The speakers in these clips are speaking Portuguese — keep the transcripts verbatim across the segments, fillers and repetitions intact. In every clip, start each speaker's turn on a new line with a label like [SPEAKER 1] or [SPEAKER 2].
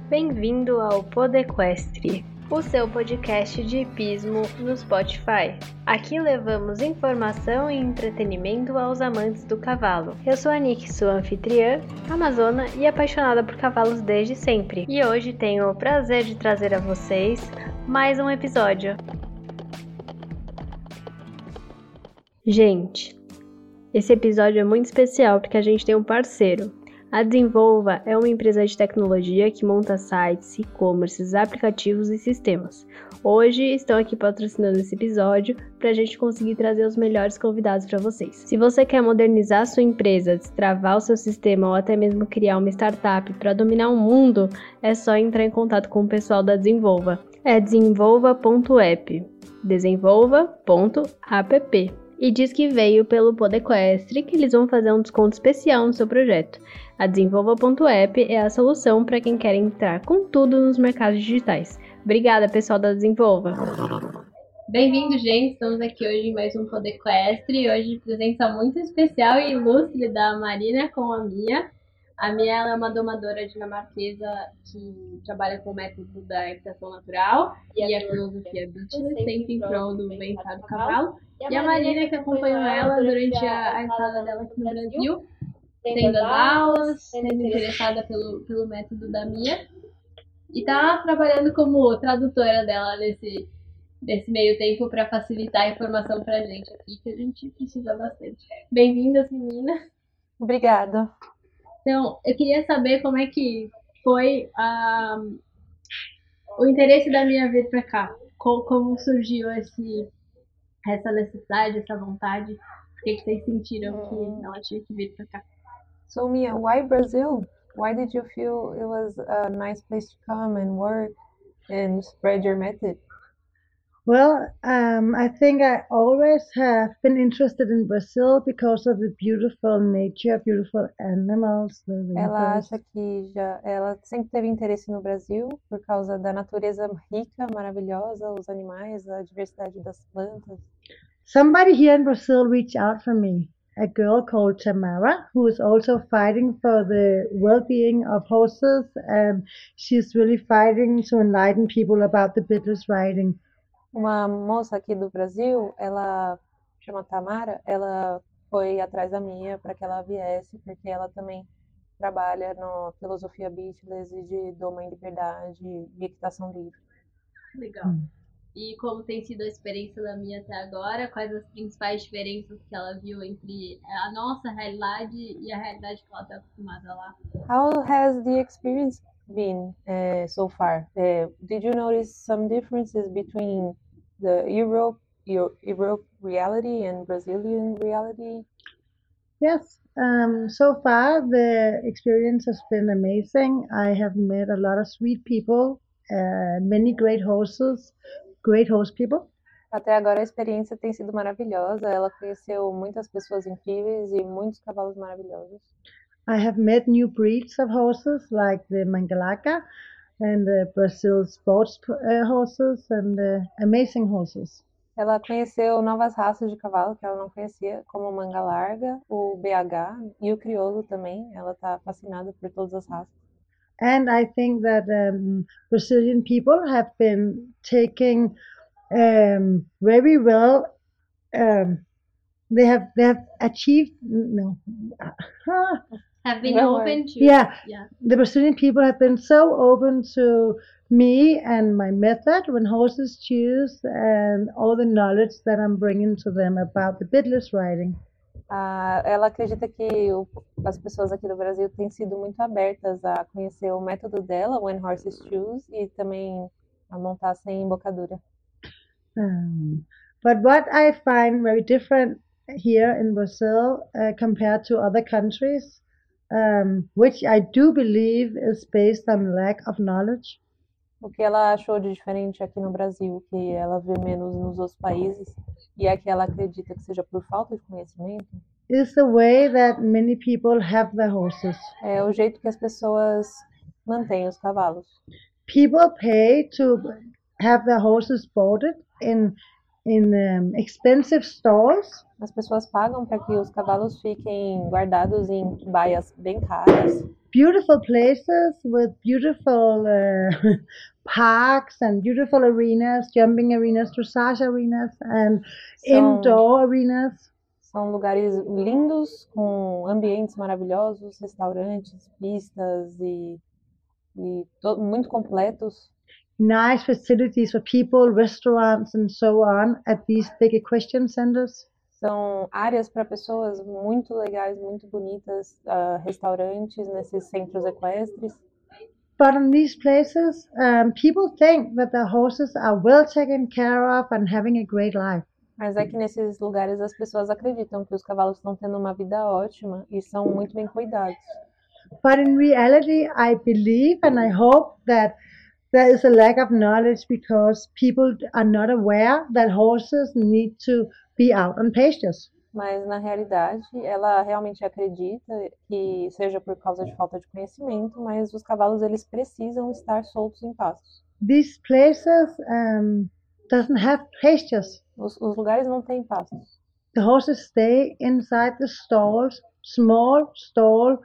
[SPEAKER 1] Bem-vindo ao Podequestre, o seu podcast de hipismo no Spotify. Aqui levamos informação e entretenimento aos amantes do cavalo. Eu sou a Nick, sua anfitriã, amazona e apaixonada por cavalos desde sempre. E hoje tenho o prazer de trazer a vocês mais um episódio. Gente, esse episódio é muito especial porque a gente tem um parceiro. A Desenvolva é uma empresa de tecnologia que monta sites, e-commerces, aplicativos e sistemas. Hoje estão aqui patrocinando esse episódio para a gente conseguir trazer os melhores convidados para vocês. Se você quer modernizar sua empresa, destravar o seu sistema ou até mesmo criar uma startup para dominar o mundo, é só entrar em contato com o pessoal da Desenvolva. É desenvolva ponto app, desenvolva ponto app. E diz que veio pelo Podequestre que eles vão fazer um desconto especial no seu projeto. A desenvolva ponto app é a solução para quem quer entrar com tudo nos mercados digitais. Obrigada, pessoal da Desenvolva. Bem-vindo, gente. Estamos aqui hoje em mais um Podequestre. Hoje, presença muito especial e ilustre da Marina com a Mia. A Mia ela é uma domadora dinamarquesa que trabalha com o método da equitação natural e a, e a filosofia Beachless, sempre em prol do bem-estar do cavalo. E a Marina, que acompanhou ela durante a, a estada dela aqui no Brasil, tendo as aulas, sendo interessada pelo, pelo método da Mia. E tá trabalhando como tradutora dela nesse, nesse meio tempo para facilitar a informação pra gente aqui, que a gente precisa bastante. Bem-vindas, meninas.
[SPEAKER 2] Obrigada.
[SPEAKER 1] Então, eu queria saber como é que foi a, o interesse da Mia vir para cá. Como, como surgiu esse, essa necessidade, essa vontade? Por que vocês sentiram que ela tinha que vir para cá?
[SPEAKER 2] So, Mia, why Brazil? Why did you feel it was a nice place to come and work and spread your method?
[SPEAKER 3] Well, um, I think I always have been interested in Brazil because of the beautiful nature, beautiful animals. The
[SPEAKER 2] Ela acha que já, ela sempre teve interesse no Brasil por causa da natureza rica, maravilhosa, os animais, a diversidade das plantas.
[SPEAKER 3] Somebody here in Brazil reached out for me, a girl called Tamara, who is also fighting for the well-being of horses, and she's really fighting to enlighten people about the bitless riding.
[SPEAKER 2] Uma moça aqui do Brasil, ela chama Tamara, ela foi atrás da Mia para que ela viesse, porque ela também trabalha na filosofia Beachless e de doma em liberdade e equitação livre.
[SPEAKER 1] Legal. Hum. E como tem sido a experiência da Mia até agora? Quais as principais diferenças que ela viu entre a nossa realidade e a realidade que ela está acostumada lá?
[SPEAKER 2] How has the experience been uh, so far? Uh, did you notice some differences between the Europe, Europe reality and Brazilian reality?
[SPEAKER 3] Yes, um, so far the experience has been amazing. I have met a lot of sweet people, uh, many great horses, great horse people.
[SPEAKER 2] Até agora a experiência tem sido maravilhosa. Ela conheceu muitas pessoas incríveis e muitos cavalos maravilhosos.
[SPEAKER 3] I have met new breeds of horses like the Mangalaga and the Brazil sports uh, horses and uh, amazing horses.
[SPEAKER 2] Ela conheceu novas raças de cavalo que ela não conhecia, como o manga larga, o B H e o crioulo também. Ela está fascinada por todas as raças.
[SPEAKER 3] And I think that um, Brazilian people have been taking um, very well. Um, they have they have achieved no.
[SPEAKER 1] Have been well, open to
[SPEAKER 3] yeah,
[SPEAKER 1] yeah.
[SPEAKER 3] The Brazilian people have been so open to me and my method when horses choose and all the knowledge that I'm bringing to them about the bitless riding.
[SPEAKER 2] Ah, ela acredita que o, as pessoas aqui do Brasil têm sido muito abertas a conhecer o método dela, When Horses Choose, e também a montar sem embocadura.
[SPEAKER 3] Um, but what I find very different here in Brazil uh, compared to other countries, Um, which I do believe is based on lack of knowledge.
[SPEAKER 2] O que ela achou de diferente aqui no Brasil, que ela vê menos nos outros países, e é que ela acredita que seja por falta de conhecimento,
[SPEAKER 3] is the way that many people have their horses.
[SPEAKER 2] É o jeito que as pessoas mantêm os cavalos.
[SPEAKER 3] People pay to have their horses boarded in in um, expensive stores.
[SPEAKER 2] As pessoas pagam para que os cavalos fiquem guardados em baias bem caras.
[SPEAKER 3] beautiful places with beautiful uh, parks and beautiful arenas, jumping arenas, dressage arenas, and
[SPEAKER 2] São,
[SPEAKER 3] indoor arenas.
[SPEAKER 2] são lugares lindos, com ambientes maravilhosos, restaurantes, pistas e, e to- muito completos.
[SPEAKER 3] Nice facilities for people, restaurants, and so on at these big equestrian centers.
[SPEAKER 2] São áreas para pessoas muito legais, muito bonitas, ah, restaurantes nesses centros equestres.
[SPEAKER 3] But in these places, um, people think that the horses are well taken care of and having a great life.
[SPEAKER 2] Mas é que nesses lugares as pessoas acreditam que os cavalos estão tendo uma vida ótima e são muito bem cuidados.
[SPEAKER 3] But in reality, I believe and I hope that there is a lack of knowledge because people are not aware that horses need to be out on pastures.
[SPEAKER 2] Mas na realidade, ela realmente acredita que seja por causa de falta de conhecimento, mas os cavalos eles precisam estar soltos em pastos.
[SPEAKER 3] These places um, doesn't have pastures.
[SPEAKER 2] Os, os lugares não têm pastos.
[SPEAKER 3] The horses stay inside the stalls, small stall,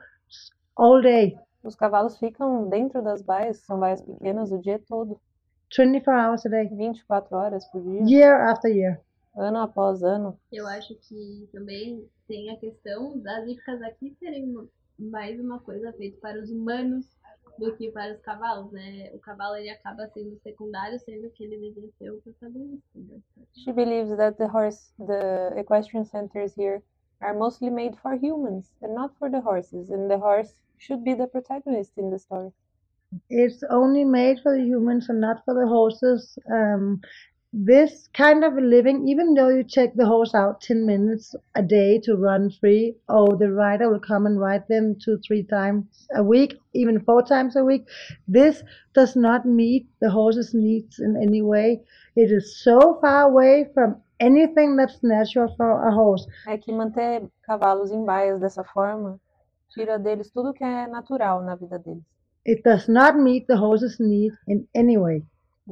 [SPEAKER 3] all day,
[SPEAKER 2] Os cavalos ficam dentro das baias, que são baias pequenas, o dia todo,
[SPEAKER 3] twenty-four hours a day,
[SPEAKER 2] vinte e quatro horas por dia,
[SPEAKER 3] year after year.
[SPEAKER 2] ano após ano.
[SPEAKER 1] Eu acho que também tem a questão das hípicas aqui serem uma- mais uma coisa feita para os humanos do que para os cavalos, né? O cavalo ele acaba sendo secundário, sendo que ele deveria ser o protagonista. Né?
[SPEAKER 2] She believes that the horse, the equestrian centers here are mostly made for humans and not for the horses, and the horse should be the protagonist in the story.
[SPEAKER 3] It's only made for the humans and not for the horses. Um, this kind of a living, even though you take the horse out ten minutes a day to run free, or the rider will come and ride them two, three times a week, even four times a week, this does not meet the horse's needs in any way. It is so far away from anything that's natural for a horse.
[SPEAKER 2] É que manter cavalos em baias dessa forma tira deles tudo que é natural na vida deles.
[SPEAKER 3] It does not meet the horse's need in any way.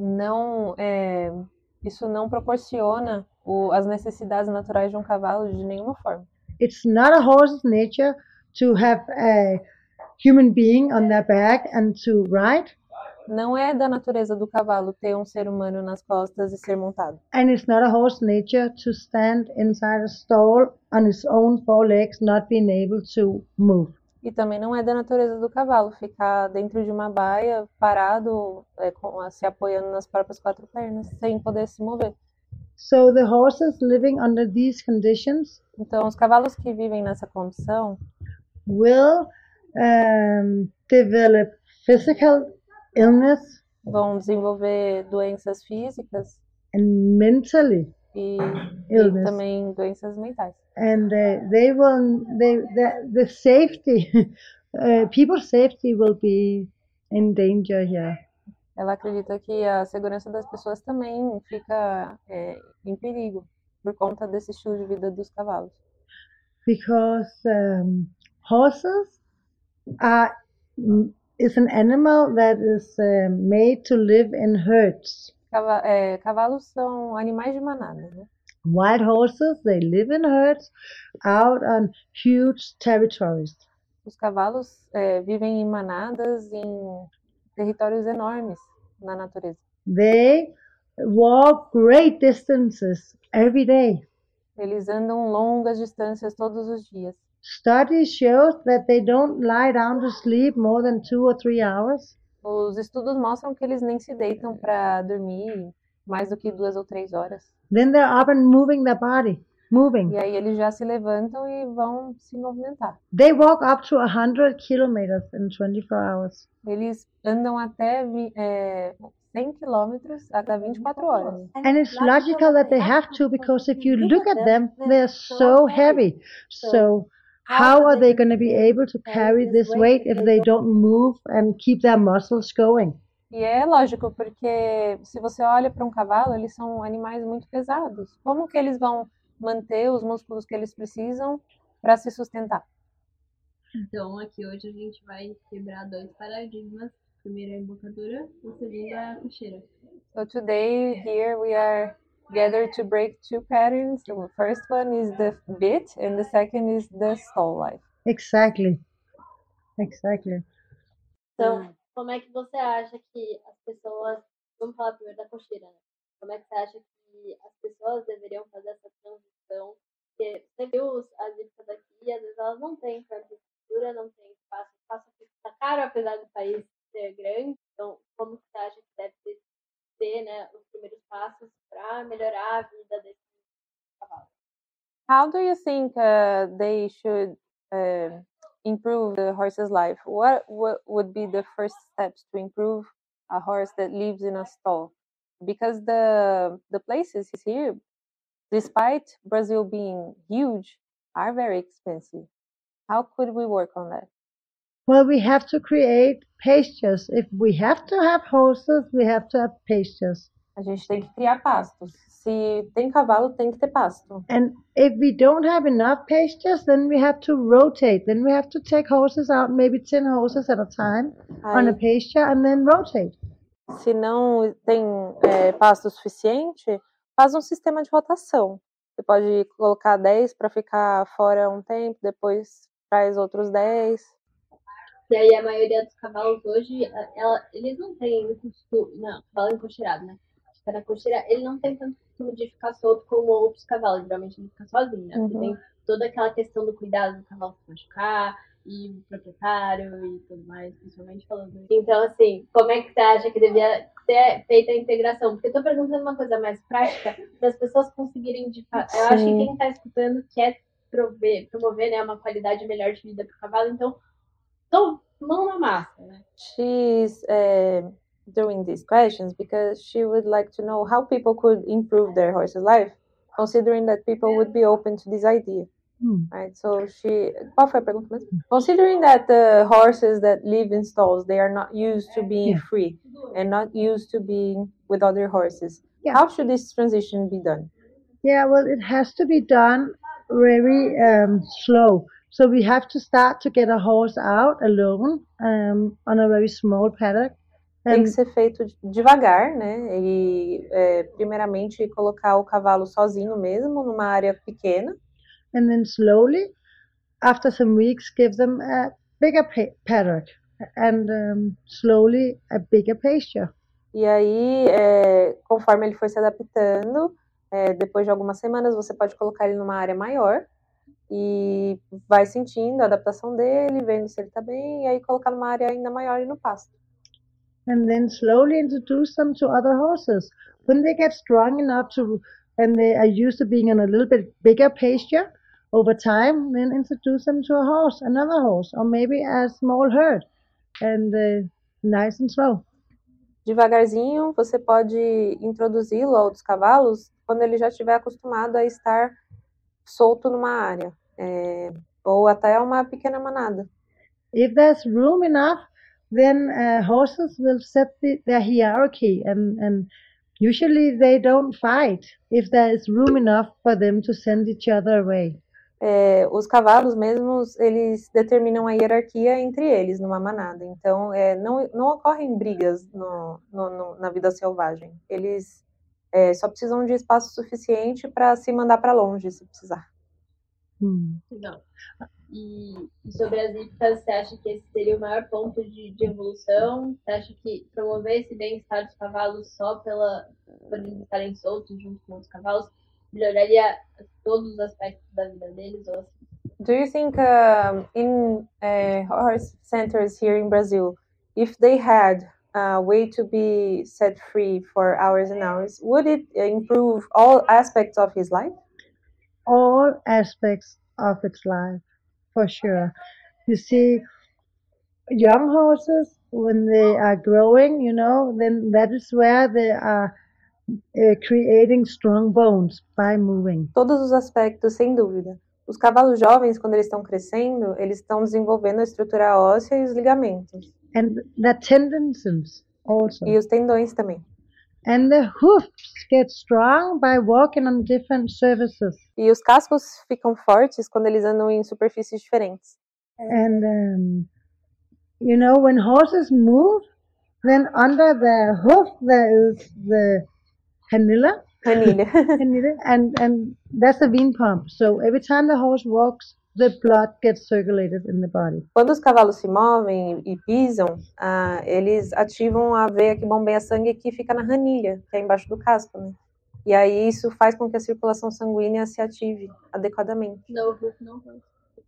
[SPEAKER 2] Não, é, isso não proporciona o, as necessidades naturais de um cavalo de nenhuma forma.
[SPEAKER 3] It's not a horse's nature to have a human being on their back and to ride,
[SPEAKER 2] Não é da natureza do cavalo ter um ser humano nas costas e ser montado.
[SPEAKER 3] and it's not a horse's nature to stand inside a stall on his own four legs, not being able to move.
[SPEAKER 2] E também não é da natureza do cavalo ficar dentro de uma baia, parado, é, com- se apoiando nas próprias quatro pernas, sem poder se mover.
[SPEAKER 3] So the horses living under these conditions
[SPEAKER 2] Então, os cavalos que vivem nessa condição
[SPEAKER 3] will um, develop physical illness
[SPEAKER 2] vão desenvolver doenças físicas
[SPEAKER 3] and mentally
[SPEAKER 2] e, e
[SPEAKER 3] illness.
[SPEAKER 2] também doenças mentais.
[SPEAKER 3] And uh, they will they the, the safety uh, people's safety will be in danger here
[SPEAKER 2] Ela acredita que a segurança das pessoas também fica é, em perigo por conta desse estilo de vida dos cavalos.
[SPEAKER 3] because um, horses are is an animal that is uh, made to live in herds.
[SPEAKER 2] Cava- é, cavalos são animais de manada, né?
[SPEAKER 3] Wild horses, they live in herds out on huge territories.
[SPEAKER 2] Os cavalos é, vivem em manadas em territórios enormes na natureza.
[SPEAKER 3] They walk great distances every day.
[SPEAKER 2] Eles andam longas distâncias todos os dias.
[SPEAKER 3] Studies show that they don't lie down to sleep more than two or three hours.
[SPEAKER 2] Os estudos mostram que eles nem se deitam para dormir mais do que duas ou três horas.
[SPEAKER 3] Then they're up and moving their body, moving.
[SPEAKER 2] E aí eles já se levantam e vão se movimentar.
[SPEAKER 3] They walk up to one hundred kilometers in twenty-four hours.
[SPEAKER 2] Eles andam até vi- é, cem quilômetros a cada vinte e quatro horas.
[SPEAKER 3] And it's logical that they have to because if you look at them, they're so heavy. So how are they going to be able to carry this weight if they don't move and keep their muscles going?
[SPEAKER 2] E é lógico, porque se você olha para um cavalo, eles são animais muito pesados. Como que eles vão manter os músculos que eles precisam para se sustentar?
[SPEAKER 1] Então, aqui hoje a gente vai quebrar dois paradigmas. Primeiro é a embocadura, o segundo é a cocheira.
[SPEAKER 2] So today here we are gathered to break two patterns. The first one is the bit and the second is the stall life.
[SPEAKER 3] Exactly. Exactly.
[SPEAKER 1] Então, como é que você acha que as pessoas, vamos falar primeiro da cocheira, né? Como é que você acha que as pessoas deveriam fazer essa transição? Porque você viu as hípicas daqui, às vezes elas não têm infraestrutura, não têm espaço, o espaço aqui está caro, apesar do país ser grande. Então, como você acha que deve ter, né, os primeiros passos para melhorar a vida desses cavalos?
[SPEAKER 2] How do you think uh, they should uh, improve the horse's life? What, what would be the first steps to improve a horse that lives in a stall? Because the the places here, despite Brazil being huge, are very expensive. How could we work on that?
[SPEAKER 3] Well, we have to create pastures. If we have to have horses, we have to have pastures.
[SPEAKER 2] A gente tem que criar pastos. Se tem cavalo, tem que ter pasto.
[SPEAKER 3] And if we don't have enough pastures, then we have to rotate. Then we have to take horses out, maybe ten horses at a time on a
[SPEAKER 2] Aí,
[SPEAKER 3] pasture, and then rotate.
[SPEAKER 2] se não tem é, pasto suficiente, faz um sistema de rotação. Você pode colocar dez para ficar fora um tempo, depois traz outros dez.
[SPEAKER 1] E aí a maioria dos cavalos hoje, ela, eles não têm costume, não, cavalo encocheirado, né? Fica na cocheira, ele não tem tanto costume de ficar solto como outros cavalos, geralmente ele fica sozinho, né? Porque
[SPEAKER 2] Uhum.
[SPEAKER 1] tem toda aquela questão do cuidado do cavalo se machucar, e o proprietário e tudo mais, principalmente falando. Então, assim, como é que você acha que devia ser feita a integração? Porque eu tô perguntando uma coisa mais prática, para as pessoas conseguirem, de fato. Eu acho que quem está escutando quer prover, promover, né, uma qualidade melhor de vida para o cavalo, então, tô mão na massa, né?
[SPEAKER 2] She's uh, doing these questions because she would like to know how people could improve their horse's life, considering that people would be open to this idea.
[SPEAKER 3] Hmm.
[SPEAKER 2] Right, so she. Qual foi a pergunta mesmo? Considering that the horses that live in stalls, they are not used to being
[SPEAKER 3] Yeah.
[SPEAKER 2] free and not used to being with other horses.
[SPEAKER 3] Yeah.
[SPEAKER 2] How should this transition be done?
[SPEAKER 3] Yeah, well, it has to be done very um, slow. So we have to start to get a horse out alone um, on a very small paddock.
[SPEAKER 2] Tem
[SPEAKER 3] And,
[SPEAKER 2] que ser feito devagar, né? E é, primeiramente colocar o cavalo sozinho mesmo numa área pequena.
[SPEAKER 3] and then slowly, after some weeks, give them a bigger pa- paddock and um, slowly a bigger pasture.
[SPEAKER 2] E aí, é, conforme ele for se adaptando, é, depois de algumas semanas, você pode colocar ele numa área maior e vai sentindo a adaptação dele, vendo se ele está bem, e aí colocar numa área ainda maior e no pasto.
[SPEAKER 3] And then slowly introduce them to other horses. When they get strong enough to, and they are used to being on a little bit bigger pasture, over time, then introduce them to a horse, another horse, or maybe a small herd, and uh, nice and slow.
[SPEAKER 2] Devagarzinho, você pode introduzi-lo a outros cavalos quando ele já estiver acostumado a estar solto numa área, é, ou até uma pequena manada.
[SPEAKER 3] If there's room enough, then uh, horses will set the, their hierarchy, and, and usually they don't fight if there is room enough for them to send each other away.
[SPEAKER 2] É, os cavalos mesmos, eles determinam a hierarquia entre eles numa manada. Então, é, não, não ocorrem brigas no, no, no, na vida selvagem. Eles é, só precisam de espaço suficiente para se mandar para longe, se precisar.
[SPEAKER 3] Hmm.
[SPEAKER 1] Não. E, e sobre as hípicas, você acha que esse seria o maior ponto de, de evolução? Você acha que promover esse bem-estar dos cavalos só pela, por eles estarem soltos junto com os cavalos melhoraria todos os aspectos da vida deles? Ou assim?
[SPEAKER 2] Do you think um, in uh, horse centers here in Brazil, if they had a way to be set free for hours and hours, would it improve all aspects of his life?
[SPEAKER 3] All aspects of its life, for sure. You see, young horses, when they are growing, you know, then that is where they are uh, creating strong bones by moving.
[SPEAKER 2] Todos os aspectos, sem dúvida. Os cavalos jovens, quando eles estão crescendo, eles estão desenvolvendo a estrutura óssea e os ligamentos.
[SPEAKER 3] And the tendons also.
[SPEAKER 2] E os tendões também.
[SPEAKER 3] And the hoofs get strong by walking on different surfaces.
[SPEAKER 2] E os cascos ficam fortes quando eles andam em superfícies diferentes.
[SPEAKER 3] And, um, you know, when horses move, then under the hoof there is the canilla.
[SPEAKER 2] Canilha.
[SPEAKER 3] Canilla, and, and that's the vein pump. So every time the horse walks, the blood gets circulated in the body.
[SPEAKER 2] Quando os cavalos se movem e pisam, ah, eles ativam a veia que bombeia sangue que fica na ranilha, que é embaixo do casco, né? E aí isso faz com que a circulação sanguínea se ative adequadamente.
[SPEAKER 1] No hoof, no hoof.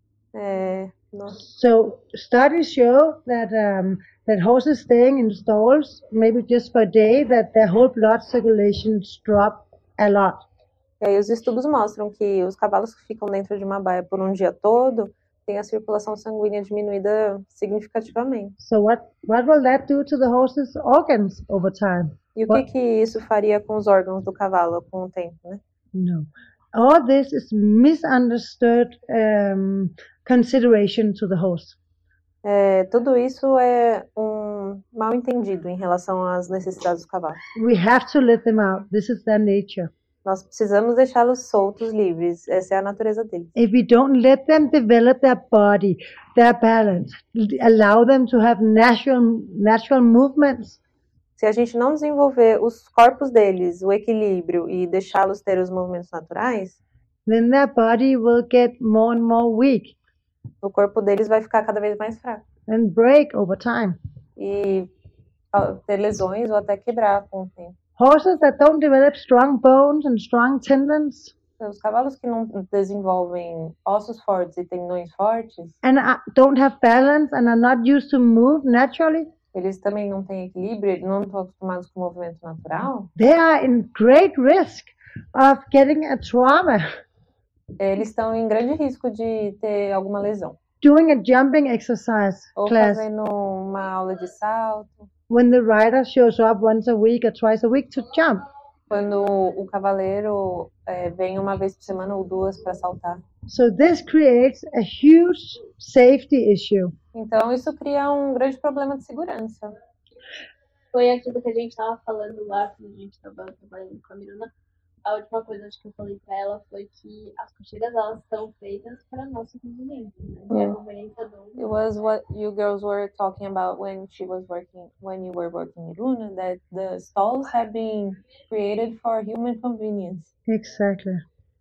[SPEAKER 2] É, no-
[SPEAKER 3] So studies show that um, that horses staying in stalls, maybe just for a day, that their whole blood circulations drop a lot.
[SPEAKER 2] E aí os estudos mostram que os cavalos que ficam dentro de uma baia por um dia todo têm a circulação sanguínea diminuída significativamente.
[SPEAKER 3] So what what will that do to the horses' organs over time?
[SPEAKER 2] E o que que isso faria com os órgãos do cavalo com o tempo, né?
[SPEAKER 3] No. All this is misunderstood um, consideration to the horse.
[SPEAKER 2] É, tudo isso é um mal entendido em relação às necessidades do cavalo.
[SPEAKER 3] We have to let them out. This is their nature.
[SPEAKER 2] Nós precisamos deixá-los soltos, livres. Essa é a natureza deles.
[SPEAKER 3] If we don't let them develop their body, their balance, allow them to have natural natural movements,
[SPEAKER 2] Se a gente não desenvolver os corpos deles, o equilíbrio e deixá-los ter os movimentos naturais,
[SPEAKER 3] then their body will get more and more weak
[SPEAKER 2] o corpo deles vai ficar cada vez mais fraco
[SPEAKER 3] and break over time.
[SPEAKER 2] e ó, ter lesões ou até quebrar com o tempo.
[SPEAKER 3] Horses that don't develop strong bones and strong tendons
[SPEAKER 2] Os cavalos que não desenvolvem ossos fortes e tendões fortes,
[SPEAKER 3] and uh, don't have balance and are not used to move naturally,
[SPEAKER 2] eles também não têm equilíbrio, eles não estão acostumados com o movimento natural,
[SPEAKER 3] they are in great risk of getting a trauma
[SPEAKER 2] eles estão em grande risco de ter alguma lesão.
[SPEAKER 3] doing a jumping exercise
[SPEAKER 2] Ou
[SPEAKER 3] class
[SPEAKER 2] fazendo uma aula de salto,
[SPEAKER 3] when the rider shows up once a week or twice a week to jump.
[SPEAKER 2] quando o cavaleiro é, vem uma vez por semana ou duas para saltar.
[SPEAKER 3] So this creates a huge safety issue.
[SPEAKER 2] Então, isso cria um grande problema de segurança.
[SPEAKER 1] Foi aquilo que a gente estava falando lá, quando a gente estava trabalhando com a Miruna. A última coisa acho que eu falei para ela foi que as cocheiras elas estão feitas para nossa conveniência, né?
[SPEAKER 2] Yeah.
[SPEAKER 1] A conveniência do
[SPEAKER 2] It was what you girls were talking about when she was working, when you were working in Luna, that the stalls have been created for human convenience.
[SPEAKER 3] Exactly.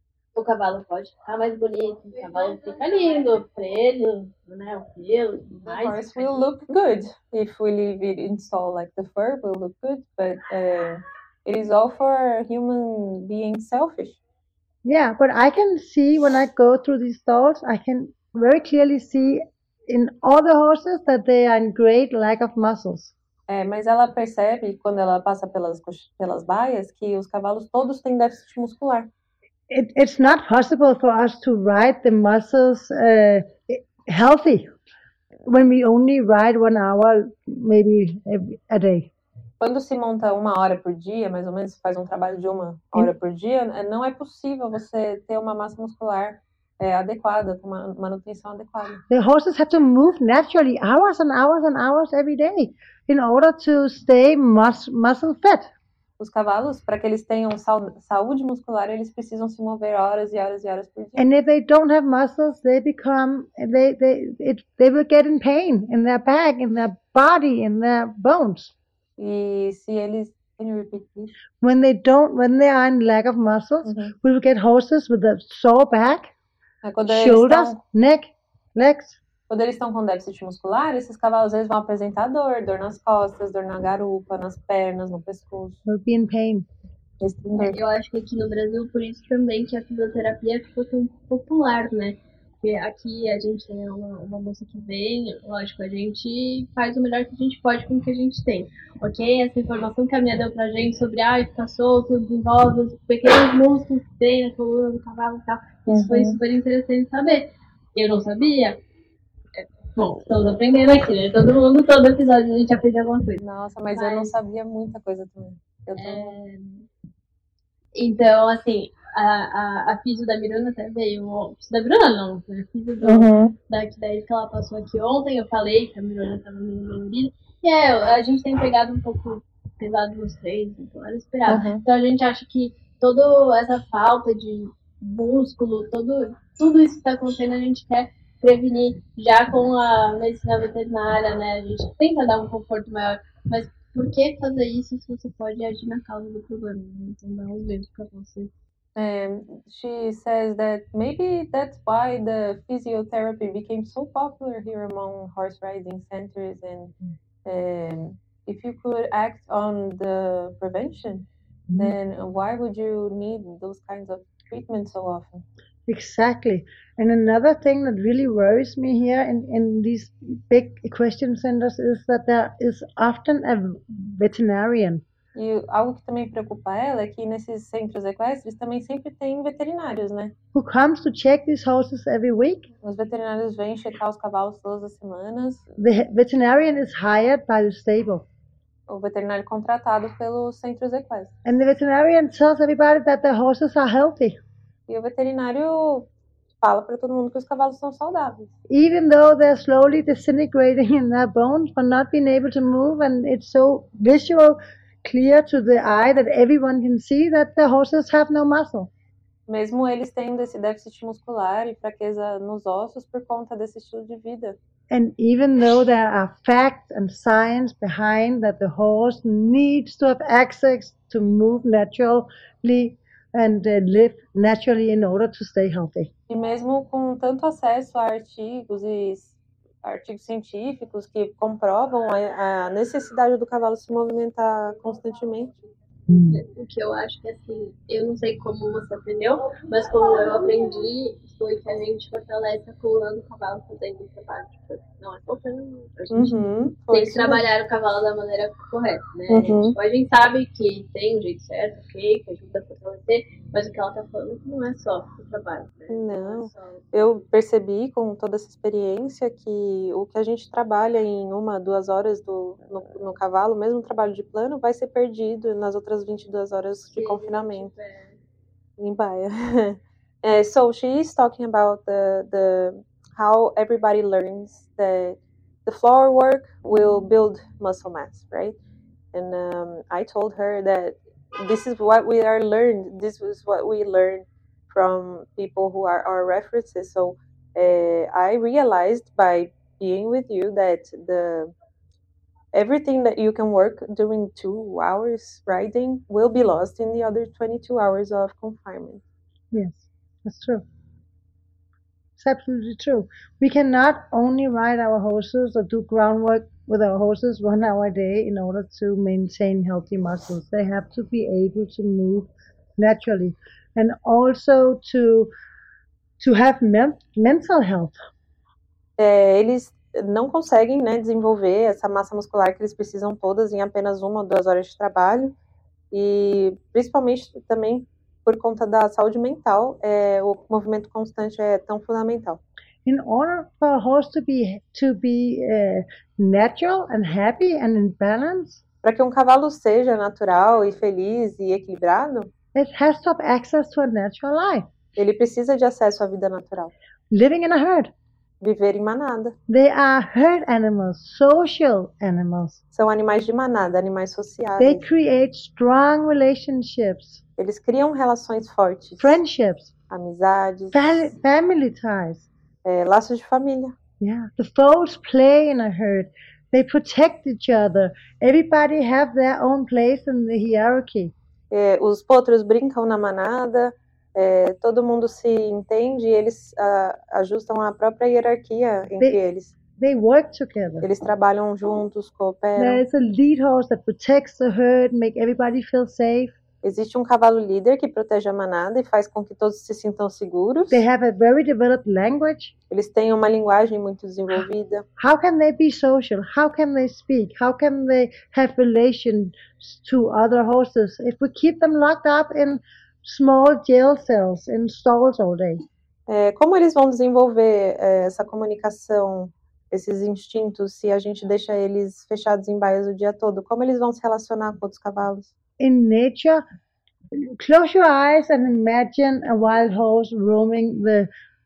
[SPEAKER 1] O cavalo pode ficar mais bonito, o cavalo fica lindo, preso, né? O pelo, tudo
[SPEAKER 2] The
[SPEAKER 1] mais.
[SPEAKER 2] horse will look good if we leave it in stall, like the fur will look good, but uh, it is all for human being selfish.
[SPEAKER 3] Yeah, but I can see when I go through these stalls, I can very clearly see in all the horses that they are in great lack of muscles.
[SPEAKER 2] É, mas ela percebe, quando ela passa pelas, cox- pelas baias, que os cavalos todos têm déficit muscular.
[SPEAKER 3] It, it's not possible for us to ride the muscles uh, healthy when we only ride one hour, maybe every, a day.
[SPEAKER 2] Quando se monta uma hora por dia, mais ou menos, faz um trabalho de uma hora por dia, é, não é possível você ter uma massa muscular é, adequada, com uma manutenção adequada.
[SPEAKER 3] The horses have to move naturally hours and hours and hours every day in order to stay mus- muscle fit.
[SPEAKER 2] Os cavalos, para que eles tenham sau- saúde muscular, eles precisam se mover horas e horas e horas por dia.
[SPEAKER 3] And if they don't have muscles, they become they they it, they will get in pain in their back, in their body, in their bones.
[SPEAKER 2] E se eles... Can you repeat, please?
[SPEAKER 3] When they don't, when they are in lack of muscles,
[SPEAKER 2] Uhum.
[SPEAKER 3] we will get horses with a sore back,
[SPEAKER 2] É, Quando eles
[SPEAKER 3] shoulders,
[SPEAKER 2] estão
[SPEAKER 3] neck, legs.
[SPEAKER 2] quando eles estão com déficit muscular, esses cavalos eles vão apresentar dor, dor nas costas, dor na garupa, nas pernas, no pescoço.
[SPEAKER 3] Will be in pain.
[SPEAKER 2] Eles têm dor.
[SPEAKER 1] Eu acho que aqui no Brasil, por isso também que a fisioterapia ficou tão popular, né? Porque aqui a gente tem uma, uma moça que vem, lógico, a gente faz o melhor que a gente pode com o que a gente tem. Ok? Essa informação que a minha deu pra gente sobre, ah, ficar solto, desenvolve os pequenos músculos que tem na coluna do cavalo e tal. Isso foi
[SPEAKER 2] Uhum.
[SPEAKER 1] super interessante saber. Eu não sabia. É, Bom, estamos aprendendo aqui, né? Todo mundo, todo episódio a gente aprende alguma coisa.
[SPEAKER 2] Nossa, mas, eu não
[SPEAKER 1] Mas-
[SPEAKER 2] sabia muita coisa também. Eu tô...
[SPEAKER 1] Então, assim, a, a, a físio da Miruna até veio. Da Miruna não, né? A físio do,
[SPEAKER 2] Uhum.
[SPEAKER 1] da Kidez que ela passou aqui ontem, eu falei que a Miruna estava meio dolorida. E é, a gente tem pegado um pouco pesado nos três, então era esperado.
[SPEAKER 2] Uhum.
[SPEAKER 1] Então a gente acha que toda essa falta de músculo, todo, tudo isso que está acontecendo, a gente quer prevenir já com a medicina veterinária, né? A gente tenta dar um conforto maior, mas por que fazer isso se você pode agir na causa do problema? Né? Então dá um exemplo para você
[SPEAKER 2] And she says that maybe that's why the physiotherapy became so popular here among horse riding centers. And um, if you could act on the prevention, then why would you need those kinds of treatments so often?
[SPEAKER 3] Exactly. And another thing that really worries me here in, in these big equestrian centers is that there is often a veterinarian
[SPEAKER 2] E algo que também preocupa ela é que nesses centros equestres também sempre tem veterinários, né?
[SPEAKER 3] who comes to check these horses every week.
[SPEAKER 2] Os veterinários vêm checar os cavalos todas as semanas.
[SPEAKER 3] The veterinarian is hired by the stable.
[SPEAKER 2] O veterinário contratado pelos centros equestres.
[SPEAKER 3] And the veterinarian tells everybody that the horses are healthy,
[SPEAKER 2] E o veterinário fala para todo mundo que os cavalos são saudáveis.
[SPEAKER 3] even though they're slowly disintegrating in their bones for not being able to move, and it's so visual, clear to the eye that everyone can see that the horses have no muscle.
[SPEAKER 2] Mesmo eles tendo esse déficit muscular e fraqueza nos ossos por conta desse estilo de vida.
[SPEAKER 3] And even though there are facts and science behind that the horse needs to have access to move naturally and uh, live naturally in order to stay healthy.
[SPEAKER 2] E mesmo com tanto acesso a artigos e artigos científicos que comprovam a, a necessidade do cavalo se movimentar constantemente.
[SPEAKER 1] O que eu acho que, assim, eu não sei como você aprendeu, mas como eu aprendi, foi que a gente fortalece a coluna do cavalo fazendo o trabalho. Tipo, não é soltando, a gente
[SPEAKER 2] Uhum,
[SPEAKER 1] tem que trabalhar o cavalo da maneira correta, né?
[SPEAKER 2] Uhum.
[SPEAKER 1] Tipo, a gente sabe que tem um jeito certo, ok, que ajuda a fortalecer, mas o que ela tá falando é que não é só o trabalho, né?
[SPEAKER 2] Não.
[SPEAKER 1] é só...
[SPEAKER 2] Eu percebi com toda essa experiência que o que a gente trabalha em uma, duas horas do, no, no cavalo, mesmo o trabalho de plano, vai ser perdido nas outras vinte e duas horas de
[SPEAKER 1] Se
[SPEAKER 2] confinamento
[SPEAKER 1] tiver-
[SPEAKER 2] em Baia. Uh, so she is talking about the, the how everybody learns that the floor work will build muscle mass, right? And um, I told her that this is what we are learned. This is what we learned from people who are our references. So uh, I realized by being with you that the everything that you can work during two hours riding will be lost in the other twenty-two hours of confinement.
[SPEAKER 3] Yes, that's true. It's absolutely true. We cannot only ride our horses or do groundwork with our horses one hour a day in order to maintain healthy muscles. They have to be able to move naturally and also to to have men- mental health.
[SPEAKER 2] É, eles não conseguem, né, desenvolver essa massa muscular que eles precisam todas em apenas uma ou duas horas de trabalho, e principalmente também por conta da saúde mental, é, o movimento constante é tão fundamental.
[SPEAKER 3] In order for a horse to be to be uh, natural and happy and in balance,
[SPEAKER 2] Para que um cavalo seja natural e feliz e equilibrado,
[SPEAKER 3] it has to have access to a natural life,
[SPEAKER 2] ele precisa de acesso à vida natural,
[SPEAKER 3] living in a herd.
[SPEAKER 2] viver em manada.
[SPEAKER 3] They are herd animals, social animals.
[SPEAKER 2] São animais de manada, animais
[SPEAKER 3] They
[SPEAKER 2] sociáveis.
[SPEAKER 3] create strong relationships,
[SPEAKER 2] Eles criam relações fortes,
[SPEAKER 3] friendships,
[SPEAKER 2] amizades,
[SPEAKER 3] fa- family ties.
[SPEAKER 2] é, laços de família.
[SPEAKER 3] Yeah, the foals play in a herd. They protect each other. Everybody have their own place in the hierarchy.
[SPEAKER 2] É, os potros brincam na manada, é, todo mundo se entende e eles ah, ajustam a própria hierarquia entre
[SPEAKER 3] They-
[SPEAKER 2] eles.
[SPEAKER 3] They work together.
[SPEAKER 2] Eles trabalham juntos,
[SPEAKER 3] There
[SPEAKER 2] cooperam.
[SPEAKER 3] is a lead horse that protects the herd, make everybody feel safe.
[SPEAKER 2] Existe um cavalo líder que protege a manada e faz com que todos se sintam seguros.
[SPEAKER 3] They have a very developed language.
[SPEAKER 2] Eles têm uma linguagem muito desenvolvida.
[SPEAKER 3] How can they be social? How can they speak? How can they have relations to other horses if we keep them locked up in small jail cells in stalls all day?
[SPEAKER 2] É, como eles vão desenvolver é, essa comunicação, esses instintos, se a gente deixa eles fechados em baias o dia todo? Como eles vão se relacionar com outros cavalos?
[SPEAKER 3] In nature, close your eyes and imagine a wild horse roaming the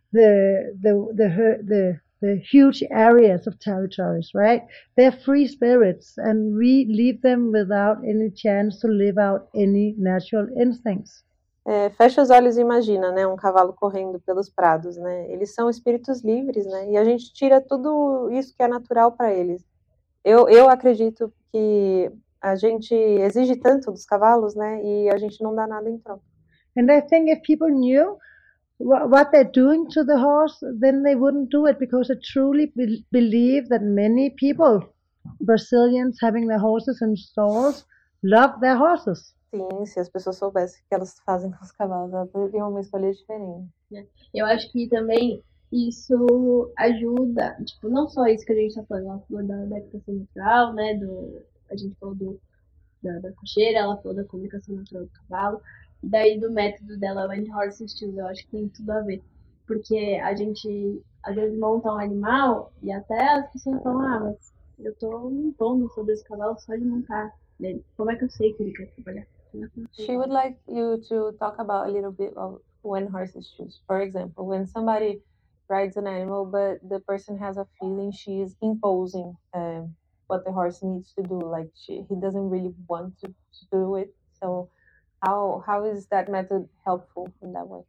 [SPEAKER 3] the the the her- the, the huge areas of territories, right? They're free spirits, and we leave them without any chance to live out any natural instincts.
[SPEAKER 2] É, fecha os olhos e imagina, né, um cavalo correndo pelos prados, né? Eles são espíritos livres, né? E a gente tira tudo isso que é natural para eles. Eu, eu acredito que a gente exige tanto dos cavalos, né? E a gente não dá nada em troca.
[SPEAKER 3] And I think if people knew wha- what they're doing to the horse, then they wouldn't do it because I truly be- believe that many people, Brazilians having their horses in stalls, love their horses.
[SPEAKER 2] Sim, se as pessoas soubessem o que elas fazem com os cavalos, elas teriam uma escolha diferente.
[SPEAKER 1] Eu acho que também isso ajuda, tipo, não só isso que a gente tá falando, ela falou da adaptação natural, né, do, a gente falou do, da, da cocheira, ela falou da comunicação natural do cavalo, e daí do método dela, Wild Horse Stew, eu acho que tem tudo a ver, porque a gente, às vezes, monta um animal, e até as pessoas falam, ah, mas eu tô montando sobre esse cavalo só de montar nele, como é que eu sei que ele quer trabalhar? Como é que eu sei?
[SPEAKER 2] She would like you to talk about a little bit of when horses choose. For example, when somebody rides an animal, but the person has a feeling she is imposing um, what the horse needs to do. Like she, he doesn't really want to, to do it. So, how how is that method helpful in that way?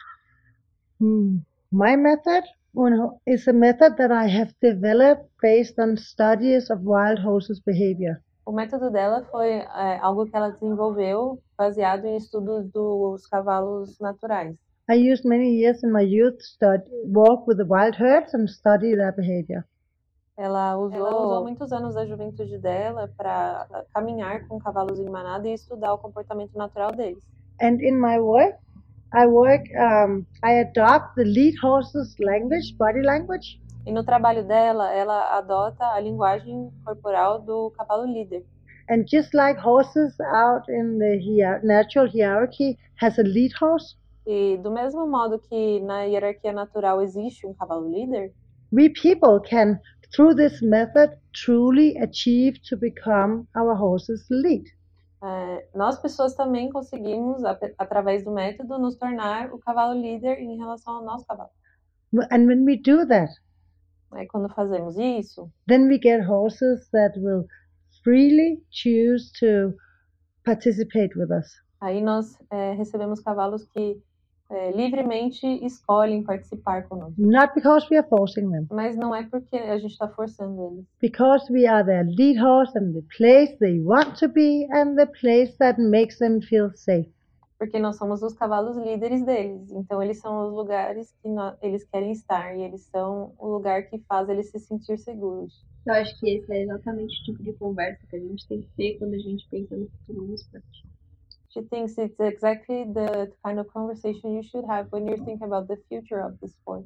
[SPEAKER 3] Hmm. My method well, is a method that I have developed based on studies of wild horses' behavior.
[SPEAKER 2] O método dela foi é, algo que ela desenvolveu baseado em estudos dos cavalos naturais.
[SPEAKER 3] I used many years in my youth to stud- walk with the wild herds and study their behavior.
[SPEAKER 2] Ela usou, ela usou muitos anos da juventude dela para caminhar com cavalos em manada e estudar o comportamento natural deles.
[SPEAKER 3] And in my work, I work, um, I adopt the lead horse's language, body language,
[SPEAKER 2] E no trabalho dela, ela adota a linguagem corporal do cavalo líder.
[SPEAKER 3] and just like horses out in the hier- natural hierarchy has a lead horse,
[SPEAKER 2] E do mesmo modo que na hierarquia natural existe um cavalo líder,
[SPEAKER 3] we people can, through this method, truly achieve to become our horse's lead.
[SPEAKER 2] é, nós pessoas também conseguimos, a- através do método, nos tornar o cavalo líder em relação ao nosso cavalo.
[SPEAKER 3] And when we do that,
[SPEAKER 2] Aí, quando fazemos isso,
[SPEAKER 3] then we get horses that will freely choose to participate with us.
[SPEAKER 2] aí nós é, recebemos cavalos que é, livremente escolhem participar conosco.
[SPEAKER 3] Not because we are forcing them,
[SPEAKER 2] Mas não é porque a gente está forçando eles.
[SPEAKER 3] because we are their lead horse and the place they want to be and the place that makes them feel safe.
[SPEAKER 2] Porque nós somos os cavalos líderes deles. Então, eles são os lugares que nó- eles querem estar. E eles são o lugar que faz eles se sentir seguros.
[SPEAKER 1] Eu acho que esse é exatamente o tipo de conversa que a gente tem que ter quando a gente pensa no futuro no esporte.
[SPEAKER 2] She thinks it's exactly the kind of conversation you should have when you're thinking about the future of the sport.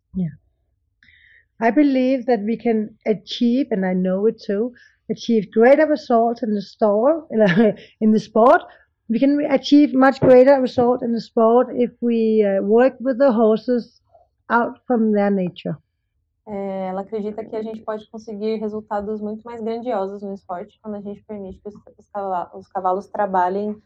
[SPEAKER 3] I believe that we can achieve, and I know it too, achieve greater results in the stall, in the sport. We can achieve much greater result in the sport if we uh, work with the horses out from their nature.
[SPEAKER 2] É, ela acredita que a gente pode conseguir resultados muito mais grandiosos no esporte quando a gente permite que os, os cavalos, os cavalos trabalhem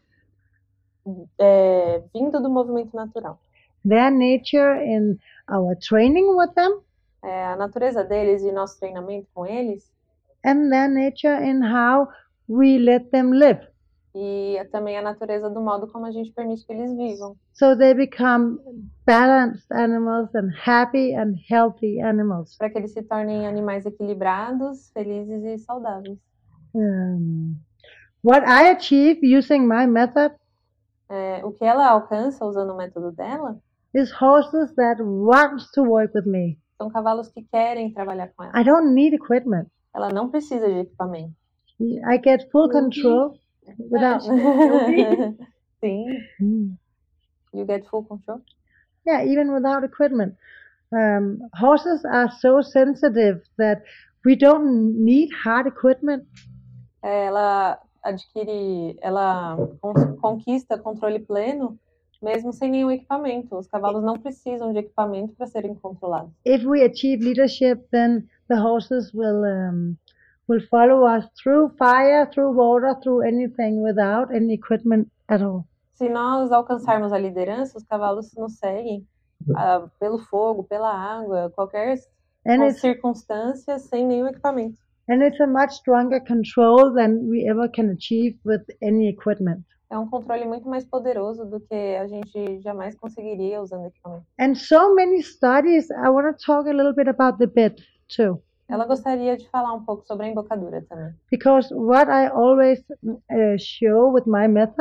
[SPEAKER 2] é, vindo do movimento natural.
[SPEAKER 3] Their nature in our training with them,
[SPEAKER 2] É, a natureza deles e nosso treinamento com eles,
[SPEAKER 3] and their nature in how we let them live.
[SPEAKER 2] e também a natureza do modo como a gente permite que eles vivam.
[SPEAKER 3] So they become balanced animals and happy and healthy animals.
[SPEAKER 2] Para que eles se tornem animais equilibrados, felizes e saudáveis.
[SPEAKER 3] Um, what I achieve using my method
[SPEAKER 2] É, o que ela alcança usando o método dela
[SPEAKER 3] is horses that want to work with me.
[SPEAKER 2] são cavalos que querem trabalhar com ela.
[SPEAKER 3] I don't need equipment.
[SPEAKER 2] Ela não precisa de equipamento.
[SPEAKER 3] I get full control without.
[SPEAKER 2] Sim,
[SPEAKER 3] Mm.
[SPEAKER 2] you get full control.
[SPEAKER 3] Yeah, even without equipment. Um, horses are so sensitive that we don't need hard equipment.
[SPEAKER 2] É, ela adquire, ela con- conquista controle pleno mesmo sem nenhum equipamento. Os cavalos não precisam de equipamento para serem controlados.
[SPEAKER 3] If we achieve leadership, then the horses will um, will follow us through fire, through water, through anything without any equipment at all.
[SPEAKER 2] Se nós alcançarmos a liderança, os cavalos nos seguem ah, pelo fogo, pela água, qualquer
[SPEAKER 3] And it's
[SPEAKER 2] circunstância, sem nenhum equipamento.
[SPEAKER 3] and it's a much stronger control than we ever can achieve with any equipment.
[SPEAKER 2] É um controle muito mais poderoso do que a gente jamais conseguiria usando equipamento.
[SPEAKER 3] And so many studies, I want to talk a little bit about the bit too.
[SPEAKER 2] Ela gostaria de falar um pouco sobre a embocadura também.
[SPEAKER 3] Because what I always uh, show with my method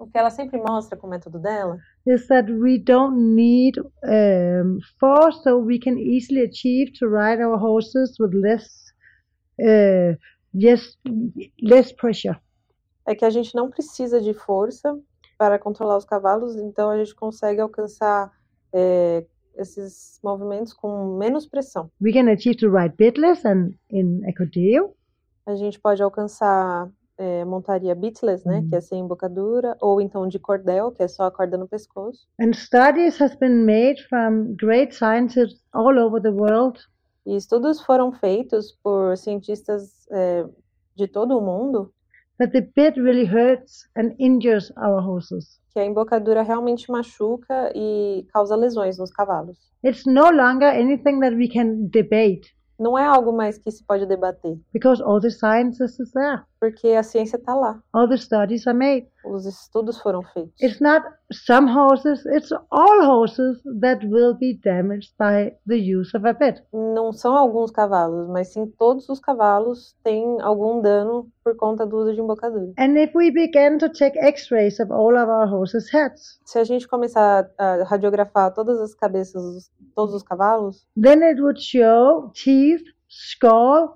[SPEAKER 2] O que ela sempre mostra com o método dela
[SPEAKER 3] is that we don't need um, force, so we can easily achieve to ride our horses with less, uh, yes, less pressure.
[SPEAKER 2] é que a gente não precisa de força para controlar os cavalos, então a gente consegue alcançar é, esses movimentos com menos pressão.
[SPEAKER 3] We can achieve to ride bitless and in acordeo.
[SPEAKER 2] A gente pode alcançar é, montaria bitless, né,
[SPEAKER 3] Hum.
[SPEAKER 2] que é sem embocadura, ou então de cordel, que é só a corda no pescoço.
[SPEAKER 3] And studies has been made from great scientists all over the world
[SPEAKER 2] E estudos foram feitos por cientistas é, de todo o mundo
[SPEAKER 3] that the bit really hurts and injures our horses.
[SPEAKER 2] que a embocadura realmente machuca e causa lesões nos cavalos.
[SPEAKER 3] It's no longer anything that we can debate
[SPEAKER 2] Não é algo mais que se pode debater,
[SPEAKER 3] because all the science is there,
[SPEAKER 2] porque a ciência está lá,
[SPEAKER 3] all the studies are made.
[SPEAKER 2] os estudos foram feitos.
[SPEAKER 3] It's not some horses, it's all horses that will be damaged by the use of a bit.
[SPEAKER 2] Não são alguns cavalos, mas sim todos os cavalos têm algum dano por conta do uso de embocadura.
[SPEAKER 3] And if we begin to take x-rays of all of our horses' heads,
[SPEAKER 2] Se a gente começar a radiografar todas as cabeças, todos os cavalos,
[SPEAKER 3] then it would show teeth, skull,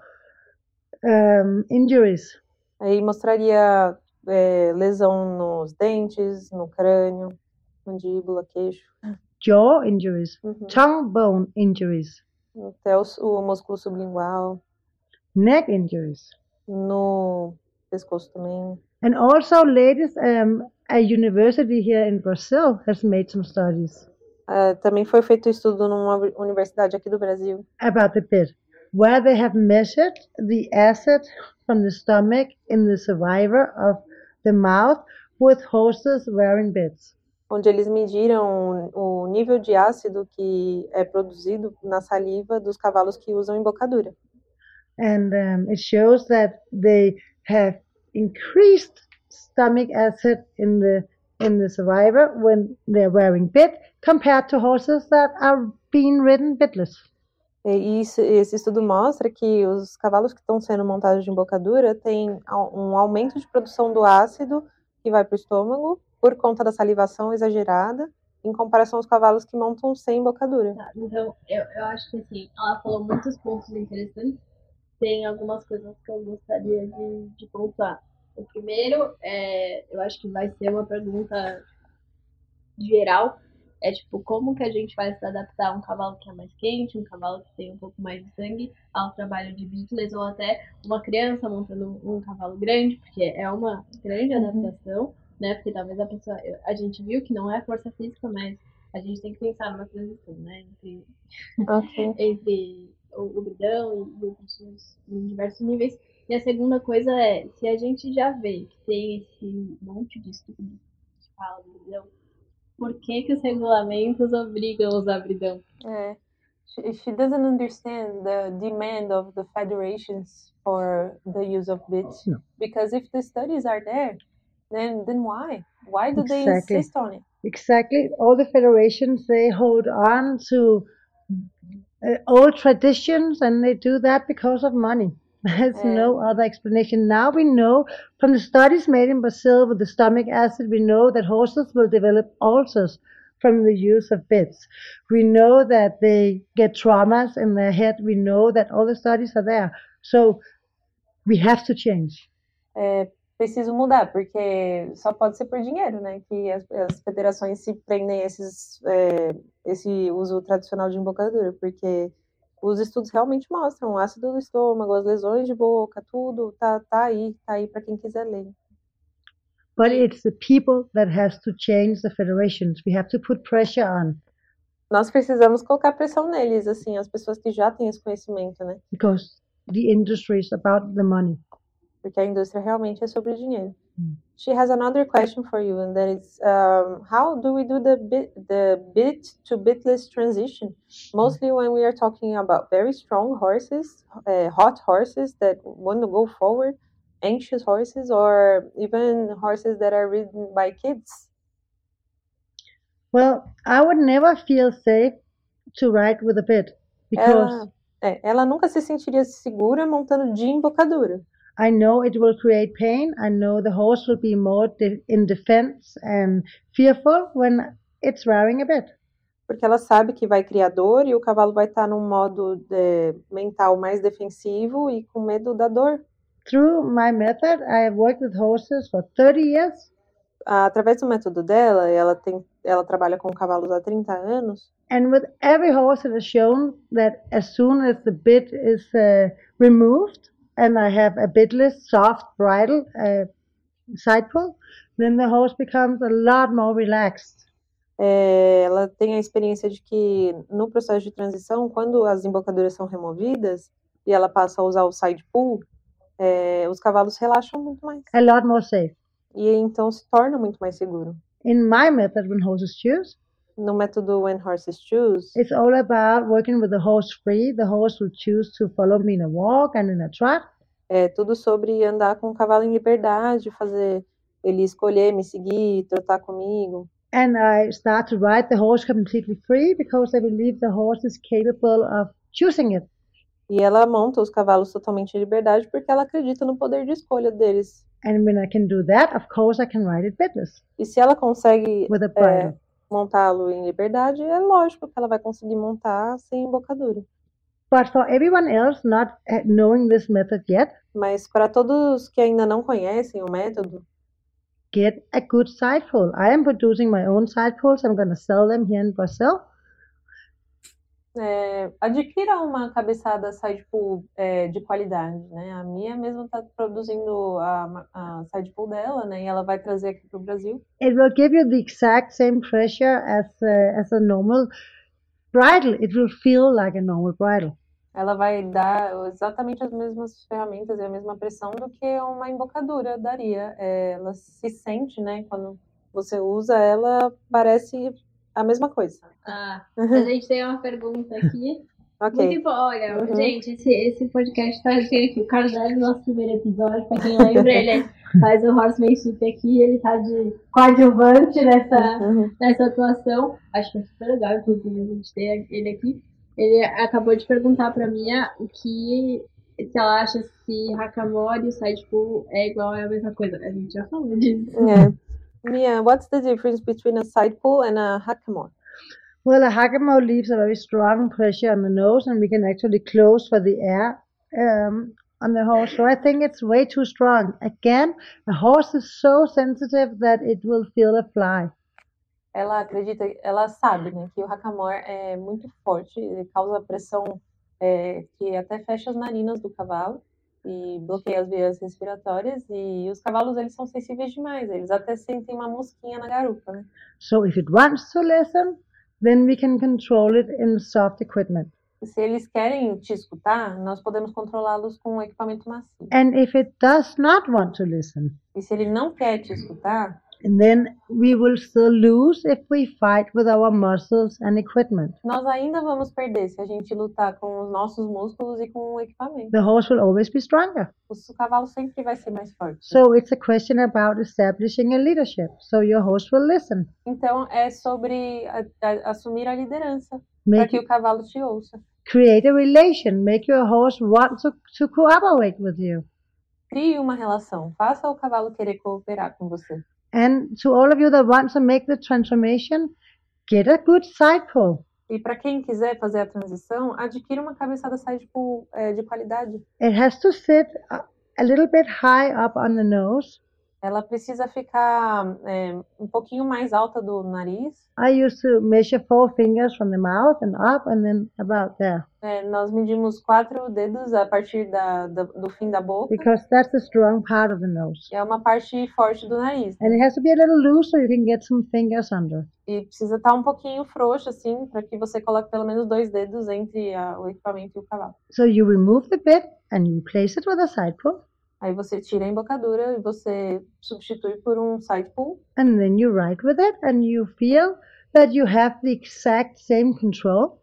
[SPEAKER 3] um, injuries.
[SPEAKER 2] aí mostraria é, lesão nos dentes, no crânio, mandíbula, queixo,
[SPEAKER 3] Jaw injuries,
[SPEAKER 2] uhum.
[SPEAKER 3] tongue bone injuries,
[SPEAKER 2] até o, o músculo sublingual,
[SPEAKER 3] neck injuries.
[SPEAKER 2] no pescoço também.
[SPEAKER 3] And also, ladies, um, a university here in Brazil has made some studies
[SPEAKER 2] Uh, também foi feito estudo numa universidade aqui do Brasil,
[SPEAKER 3] about the bit, where they have measured the acid from the stomach in the survivor of the mouth with horses wearing bits.
[SPEAKER 2] onde eles mediram o nível de ácido que é produzido na saliva dos cavalos que usam embocadura.
[SPEAKER 3] And um, it shows that they have increased stomach acid in the in the survivor when they're wearing bit compared to horses that are being ridden bitless.
[SPEAKER 2] E isso, esse estudo mostra que os cavalos que estão sendo montados de embocadura têm um aumento de produção do ácido que vai para o estômago por conta da salivação exagerada, em comparação aos cavalos que montam sem embocadura.
[SPEAKER 1] Tá, então, eu, eu acho que assim, ela falou muitos pontos interessantes. Tem algumas coisas que eu gostaria de, de pontuar. O primeiro, é, eu acho que vai ser uma pergunta geral. É tipo, como que a gente vai se adaptar a um cavalo que é mais quente, um cavalo que tem um pouco mais de sangue, ao trabalho de bitless, ou até uma criança montando um, um cavalo grande, porque é uma grande adaptação, né? Porque talvez a pessoa... A gente viu que não é força física, mas a gente tem que pensar numa transição, né? Entre,
[SPEAKER 2] Okay.
[SPEAKER 1] entre o, o bridão e, e outros em diversos níveis. E a segunda coisa é, se a gente já vê que tem esse monte de estudo que fala do bridão, por que que os regulamentos obrigam a usar bridão?
[SPEAKER 2] É. She, she doesn't understand the demand of the federations for the use of bits.
[SPEAKER 3] No.
[SPEAKER 2] Because if the studies are there, then then why? Why do they
[SPEAKER 3] Exactly.
[SPEAKER 2] insist on it?
[SPEAKER 3] Exactly. All the federations, they hold on to uh, old traditions, and they do that because of money. There's
[SPEAKER 2] Yeah.
[SPEAKER 3] no other explanation. Now we know from the studies made in Brazil with the stomach acid, we know that horses will develop ulcers from the use of bits. We know that they get traumas in their head. We know that all the studies are there. So we have to change.
[SPEAKER 2] É preciso mudar, porque só pode ser por dinheiro, né? Que as, as federações se prendem a esses, é, esse uso tradicional de embocadura, porque os estudos realmente mostram o ácido do estômago, as lesões de boca, tudo tá, tá aí, tá aí para quem quiser ler.
[SPEAKER 3] But it's the people that has to change the federations. We have to put pressure on
[SPEAKER 2] Nós precisamos colocar pressão neles, assim, as pessoas que já têm esse conhecimento, né?
[SPEAKER 3] because the industry is about the money.
[SPEAKER 2] Porque a indústria realmente é sobre o dinheiro.
[SPEAKER 3] Hmm.
[SPEAKER 2] She has another question for you, and that is, um, how do we do the bit, the bit to bitless transition? Mostly when we are talking about very strong horses, uh, hot horses that want to go forward, anxious horses, or even horses that are ridden by kids.
[SPEAKER 3] Well, I would never feel safe to ride with a bit because
[SPEAKER 2] Ela, é, ela nunca se sentiria segura montando de embocadura.
[SPEAKER 3] I know it will create pain. I know the horse will be more de in defense and fearful when it's wearing a bit.
[SPEAKER 2] Porque ela sabe que vai criar dor e o cavalo vai estar num modo de, mental mais defensivo e com medo da dor.
[SPEAKER 3] Through my method, I have worked with horses for thirty years.
[SPEAKER 2] Através do método dela, ela, tem, ela trabalha com cavalos há trinta anos.
[SPEAKER 3] And with every horse, it has shown that as soon as the bit is uh, removed, and I have a bitless, soft bridle uh, side pull, then the horse becomes a lot more relaxed.
[SPEAKER 2] É, ela tem a experiência de que no processo de transição, quando as embocaduras são removidas e ela passa a usar o side pull, é, os cavalos relaxam muito mais.
[SPEAKER 3] A lot more safe.
[SPEAKER 2] E então se torna muito mais seguro.
[SPEAKER 3] In my method, when horses choose,
[SPEAKER 2] no método When Horses Choose,
[SPEAKER 3] it's all about working with the horse free. The horse will choose to follow me in a walk and in a trot.
[SPEAKER 2] É tudo sobre andar com o cavalo em liberdade, fazer ele escolher me seguir, trotar comigo.
[SPEAKER 3] And I start to ride the horse completely free because I believe the horse is capable of choosing it.
[SPEAKER 2] E ela monta os cavalos totalmente em liberdade porque ela acredita no poder de escolha deles.
[SPEAKER 3] And when I can do that, of course I can ride it bitless.
[SPEAKER 2] E se ela consegue
[SPEAKER 3] with a bridle.
[SPEAKER 2] É, montá-lo em liberdade, é lógico que ela vai conseguir montar sem embocadura.
[SPEAKER 3] But for everyone else not knowing this method yet,
[SPEAKER 2] mas para todos que ainda não conhecem o método,
[SPEAKER 3] get a good side pull. I am producing my own side pulls. I'm going to sell them here in Brazil.
[SPEAKER 2] É, adquira uma cabeçada side pull é, de qualidade, né? A minha mesmo está produzindo a, a side pull dela, né? E ela vai trazer aqui para o Brasil.
[SPEAKER 3] It will give you the exact same pressure as a, as a normal bridle. It will feel like a normal bridle.
[SPEAKER 2] Ela vai dar exatamente as mesmas ferramentas e a mesma pressão do que uma embocadura daria. É, ela se sente, né? Quando você usa ela, parece a mesma coisa.
[SPEAKER 1] Ah, a gente tem uma pergunta aqui.
[SPEAKER 2] Okay.
[SPEAKER 1] Muito boa. Olha, uhum. Gente, esse, esse podcast tá assim aqui. O Carlos é o nosso primeiro episódio. Pra quem lembra, ele faz o horsemanship aqui. Ele tá de coadjuvante nessa, uhum. nessa atuação. Acho que é super legal, inclusive, a gente ter ele aqui. Ele acabou de perguntar pra Mia o que se ela acha se hackamore e o side pull é igual, é a mesma coisa. A gente já falou disso.
[SPEAKER 2] Yeah. Mia, what's the difference between a side pull and a hackamore?
[SPEAKER 3] Well, a hackamore leaves a very strong pressure on the nose, and we can actually close for the air um, on the horse. So I think it's way too strong. Again, a horse is so sensitive that it will feel a fly.
[SPEAKER 2] Ela acredita, ela sabe, né, que o hackamore é muito forte, ele causa pressão é, que até fecha as narinas do cavalo e bloqueia as vias respiratórias, e os cavalos, eles são sensíveis demais, eles até sentem uma mosquinha na garupa, né?
[SPEAKER 3] So if it wants to listen, then we can control it in soft equipment.
[SPEAKER 2] Se eles querem te escutar, nós podemos controlá-los com um equipamento macio.
[SPEAKER 3] And if it does not want to listen,
[SPEAKER 2] e se ele não quer te escutar,
[SPEAKER 3] and then we will still lose if we fight with our muscles and equipment.
[SPEAKER 2] Nós ainda vamos perder se a gente lutar com os nossos músculos e com o equipamento.
[SPEAKER 3] The horse will always be stronger.
[SPEAKER 2] O cavalo sempre vai ser mais forte.
[SPEAKER 3] So it's a question about establishing a leadership. So your horse will listen.
[SPEAKER 2] Então é sobre a, a, assumir a liderança para que o cavalo te ouça.
[SPEAKER 3] Create a relation. Make your horse want to, to cooperate with you.
[SPEAKER 2] Crie uma relação. Faça o cavalo querer cooperar com você.
[SPEAKER 3] And to all of you that want to make the transformation, get a good side pull.
[SPEAKER 2] E para quem quiser fazer a transição, adquira uma cabeçada side pull é, de qualidade.
[SPEAKER 3] It has to sit a little bit high up on the nose.
[SPEAKER 2] Ela precisa ficar é, um pouquinho mais alta do nariz.
[SPEAKER 3] I used to measure four fingers from the mouth and up and then about there.
[SPEAKER 2] É, nós medimos quatro dedos a partir da, da, do fim da boca.
[SPEAKER 3] Because that's the strong part of the nose.
[SPEAKER 2] É uma parte forte do nariz.
[SPEAKER 3] And it has to be a little loose so you can get some fingers under.
[SPEAKER 2] E precisa estar um pouquinho frouxo assim, para que você coloque pelo menos dois dedos entre a, o equipamento e o cavalo.
[SPEAKER 3] So you remove the bit and you replace it with a side pull.
[SPEAKER 2] Aí você tira a embocadura e você substitui por um side pull.
[SPEAKER 3] And then you ride with it and you feel that you have the exact same control.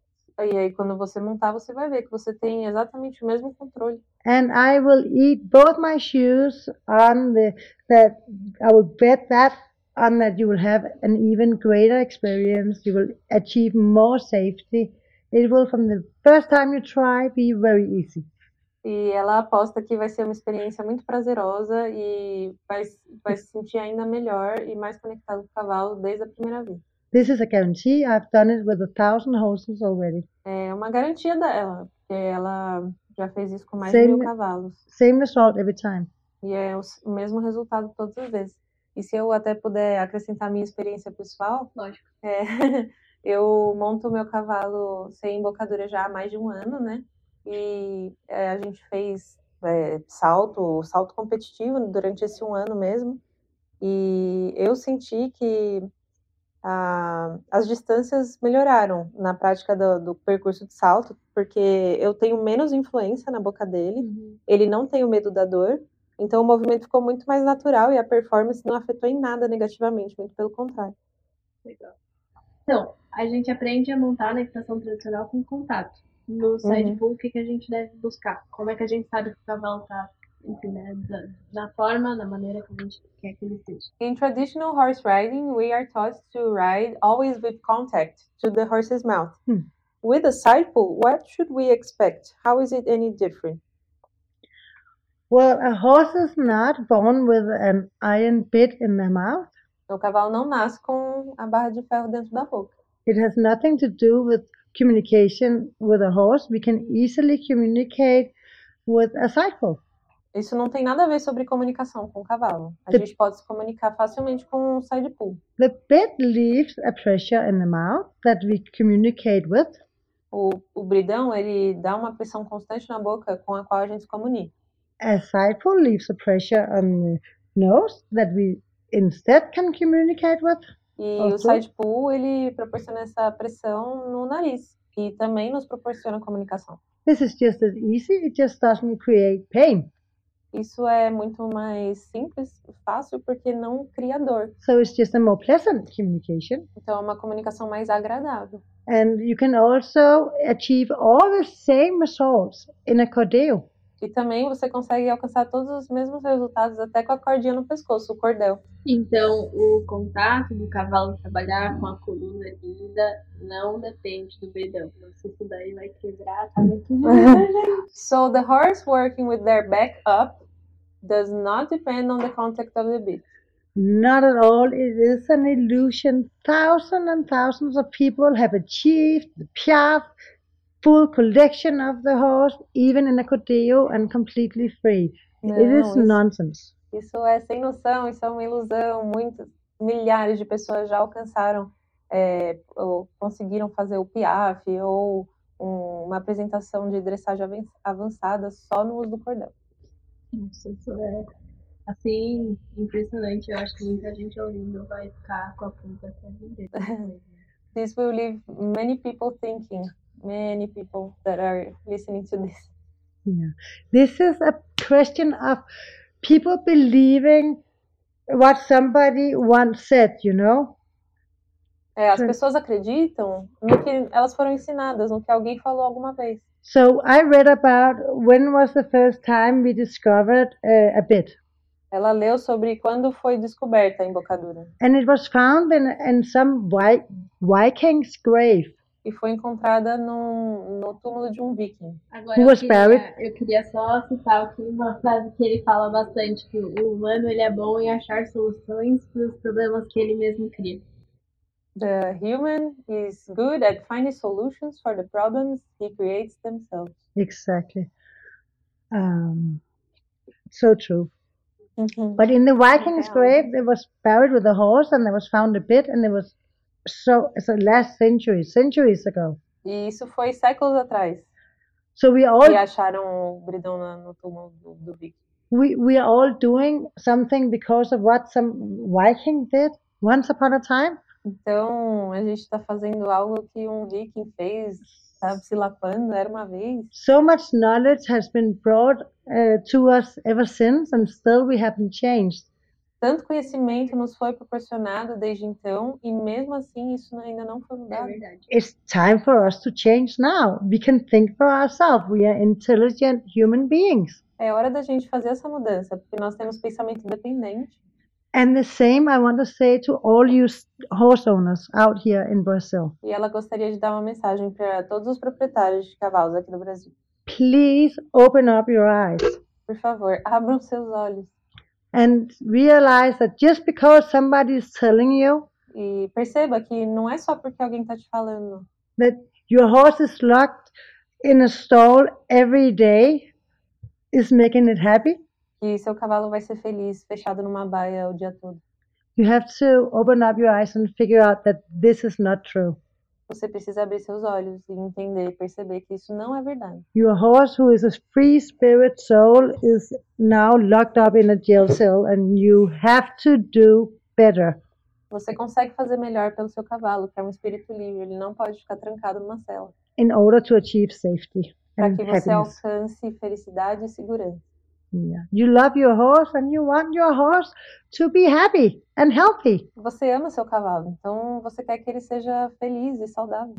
[SPEAKER 2] E aí quando você montar, você vai ver que você tem exatamente o mesmo controle.
[SPEAKER 3] And I will eat both my shoes on the, that I will bet that on that you will have an even greater experience. You will achieve more safety. It will, from the first time you try, be very easy.
[SPEAKER 2] E ela aposta que vai ser uma experiência muito prazerosa e vai, vai se sentir ainda melhor e mais conectado com o cavalo desde a primeira vez.
[SPEAKER 3] This is a guarantee. I've done it with a thousand horses already.
[SPEAKER 2] É uma garantia dela, porque ela já fez isso com mais de mil
[SPEAKER 3] Same,
[SPEAKER 2] cavalos.
[SPEAKER 3] same result every time.
[SPEAKER 2] E é o, s- o mesmo resultado todas as vezes. E se eu até puder acrescentar minha experiência pessoal,
[SPEAKER 1] Lógico.
[SPEAKER 2] é, eu monto o meu cavalo sem embocadura já há mais de um ano, né? E é, a gente fez é, salto, salto competitivo durante esse um ano mesmo. E eu senti que a- as distâncias melhoraram na prática do, do percurso de salto, porque eu tenho menos influência na boca dele,
[SPEAKER 1] Uhum.
[SPEAKER 2] ele não tem o medo da dor, então o movimento ficou muito mais natural e a performance não afetou em nada negativamente, muito pelo contrário.
[SPEAKER 1] Legal. Então, a gente aprende a montar na equitação tradicional com contato. No side
[SPEAKER 2] Uhum.
[SPEAKER 1] pull, o que, que a gente deve buscar? Como é que a gente sabe que o cavalo está, enfim, né, da- na forma, na maneira que a gente quer que ele esteja?
[SPEAKER 2] In traditional horse riding, we are taught to ride always with contact to the horse's mouth.
[SPEAKER 3] Hmm.
[SPEAKER 2] With a side pull, what should we expect? How is it any different?
[SPEAKER 3] Well, a horse is not born with an iron bit in their mouth.
[SPEAKER 2] O cavalo não nasce com a barra de ferro dentro da boca.
[SPEAKER 3] It has nothing to do with communication with a horse. We can easily communicate with a cycle.
[SPEAKER 2] Isso não tem nada a ver sobre comunicação com o cavalo. A
[SPEAKER 3] The-
[SPEAKER 2] gente pode se comunicar facilmente com um side pull.
[SPEAKER 3] The bit leaves a pressure in the mouth that we communicate with.
[SPEAKER 2] O, o bridão, ele dá uma pressão constante na boca com a qual a gente se comunica.
[SPEAKER 3] A side pull leaves a pressure on the nose that we instead can communicate with.
[SPEAKER 2] E
[SPEAKER 3] Ok.
[SPEAKER 2] o side pull, ele proporciona essa pressão no nariz, que também nos proporciona comunicação.
[SPEAKER 3] This is just as easy. It just doesn't create pain.
[SPEAKER 2] Isso é muito mais simples, fácil, porque não cria dor.
[SPEAKER 3] So it's just a more pleasant communication.
[SPEAKER 2] Então é uma comunicação mais agradável.
[SPEAKER 3] And you can also achieve all the same results in a cordeo.
[SPEAKER 2] E também você consegue alcançar todos os mesmos resultados até com a cordinha no pescoço, o cordel.
[SPEAKER 1] Então, o contato do cavalo trabalhar com a coluna erguida não depende do bridão. Não sei se daí vai quebrar a cabeça.
[SPEAKER 2] So the horse working with their back up does not depend on the contact of the bit.
[SPEAKER 3] Not at all. It is an illusion. Thousands and thousands of people have achieved the piaffe, full collection of the horse, even in a cordeo and completely free.
[SPEAKER 2] Não,
[SPEAKER 3] it is
[SPEAKER 2] isso-
[SPEAKER 3] nonsense.
[SPEAKER 2] Isso é sem noção, isso é uma ilusão. Muitas, milhares de pessoas já alcançaram, é, ou conseguiram fazer o piaffe ou um- uma apresentação de dressagem avan- avançada só no uso do cordel.
[SPEAKER 1] Nossa, isso é assim, impressionante. Eu acho que muita gente ouvindo vai ficar com a pulga até viver.
[SPEAKER 2] This will leave many people thinking, many people that are listening to this.
[SPEAKER 3] Yeah. This is a question of people believing what somebody once said, you know?
[SPEAKER 2] É, as
[SPEAKER 3] Sim.
[SPEAKER 2] pessoas acreditam no que elas foram ensinadas, no que alguém falou alguma vez.
[SPEAKER 3] So I read about when was the first time we discovered uh, a bit.
[SPEAKER 2] Ela leu sobre quando foi descoberta a embocadura.
[SPEAKER 3] And it was found in, in some Vi- Viking's grave.
[SPEAKER 2] E foi encontrada num, no túmulo de um viking.
[SPEAKER 1] Agora
[SPEAKER 3] Who
[SPEAKER 1] eu
[SPEAKER 3] was
[SPEAKER 1] queria,
[SPEAKER 3] buried?
[SPEAKER 1] eu queria só citar aqui uma frase que ele fala bastante, que o humano ele é bom em achar soluções para os problemas que ele mesmo cria.
[SPEAKER 2] The human is good at finding solutions for the problems he creates themselves.
[SPEAKER 3] Exactly. Um, so true.
[SPEAKER 2] Uhum.
[SPEAKER 3] But in the Viking's
[SPEAKER 2] Yeah.
[SPEAKER 3] grave, it was buried with a horse, and there was found a bit, and it was so it's the last century, centuries ago.
[SPEAKER 2] E isso foi séculos atrás.
[SPEAKER 3] So we all
[SPEAKER 2] E acharam o bridão na- no túmulo do, do viking.
[SPEAKER 3] we we are all doing something because of what some Viking did once upon a time.
[SPEAKER 2] Então, a gente está fazendo algo que um viking fez, sabe, se lá quando, era uma vez.
[SPEAKER 3] So much knowledge has been brought uh, to us ever since, and still we haven't changed.
[SPEAKER 2] Tanto conhecimento nos foi proporcionado desde então, e mesmo assim isso ainda não foi
[SPEAKER 1] É
[SPEAKER 2] mudado.
[SPEAKER 1] verdade.
[SPEAKER 3] It's time for us to change now. We can think for ourselves. We are intelligent human beings.
[SPEAKER 2] É hora da gente fazer essa mudança, porque nós temos pensamento independente.
[SPEAKER 3] And the same I want to say to all you s- horse owners out here in Brazil.
[SPEAKER 2] E ela gostaria de dar uma mensagem para todos os proprietários de cavalos aqui do Brasil.
[SPEAKER 3] please open up your eyes
[SPEAKER 2] Por favor, abram seus olhos
[SPEAKER 3] and realize that just because somebody is telling you
[SPEAKER 2] e perceba que não é só porque alguém está te falando
[SPEAKER 3] that your horse is locked in a stall every day is making it happy.
[SPEAKER 2] que seu cavalo vai ser feliz fechado numa baia o dia todo.
[SPEAKER 3] You have to open up your eyes and figure out that this is not true.
[SPEAKER 2] Você precisa abrir seus olhos e entender, perceber que isso não é verdade.
[SPEAKER 3] Your horse, who is a free spirit soul, is now locked up in a jail cell and you have to do better.
[SPEAKER 2] Você consegue fazer melhor pelo seu cavalo, que é um espírito livre, ele não pode ficar trancado numa cela,
[SPEAKER 3] in order to achieve safety
[SPEAKER 2] para
[SPEAKER 3] and
[SPEAKER 2] que você
[SPEAKER 3] happiness.
[SPEAKER 2] alcance felicidade e segurança.
[SPEAKER 3] Yeah. You love your horse and you want your horse to be happy and healthy.
[SPEAKER 2] Você ama seu cavalo, então você quer que ele seja feliz e saudável.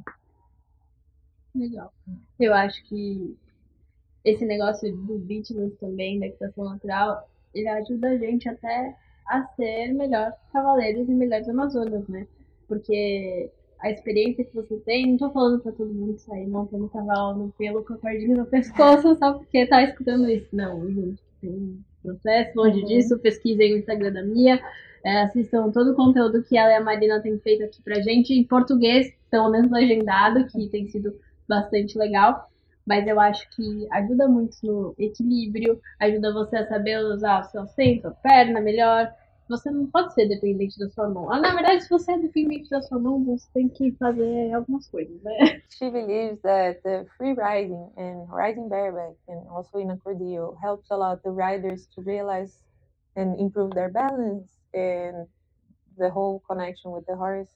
[SPEAKER 1] Legal. Eu acho que esse negócio do Beatless também, da equitação natural, ele ajuda a gente até a ser melhor cavaleiros e melhores amazonas, né? Porque a experiência que você tem, não tô falando pra todo mundo sair montando cavalo no pelo com a cordinha no pescoço só porque tá escutando isso. Não, gente, tem um processo longe
[SPEAKER 2] Uhum.
[SPEAKER 1] disso, pesquisem o Instagram da Mia, é, assistam todo o conteúdo que ela e a Marina têm feito aqui pra gente, em português, pelo menos legendado, que tem sido bastante legal. Mas eu acho que ajuda muito no equilíbrio, ajuda você a saber usar o seu centro, a perna melhor. Você não pode ser dependente da sua mão. Ah, na verdade, se você é dependente da sua mão, você tem que fazer algumas coisas, né?
[SPEAKER 2] She believes that the free riding and riding bareback and also in accordion helps a lot the riders to realize and improve their balance and the whole connection with the horse.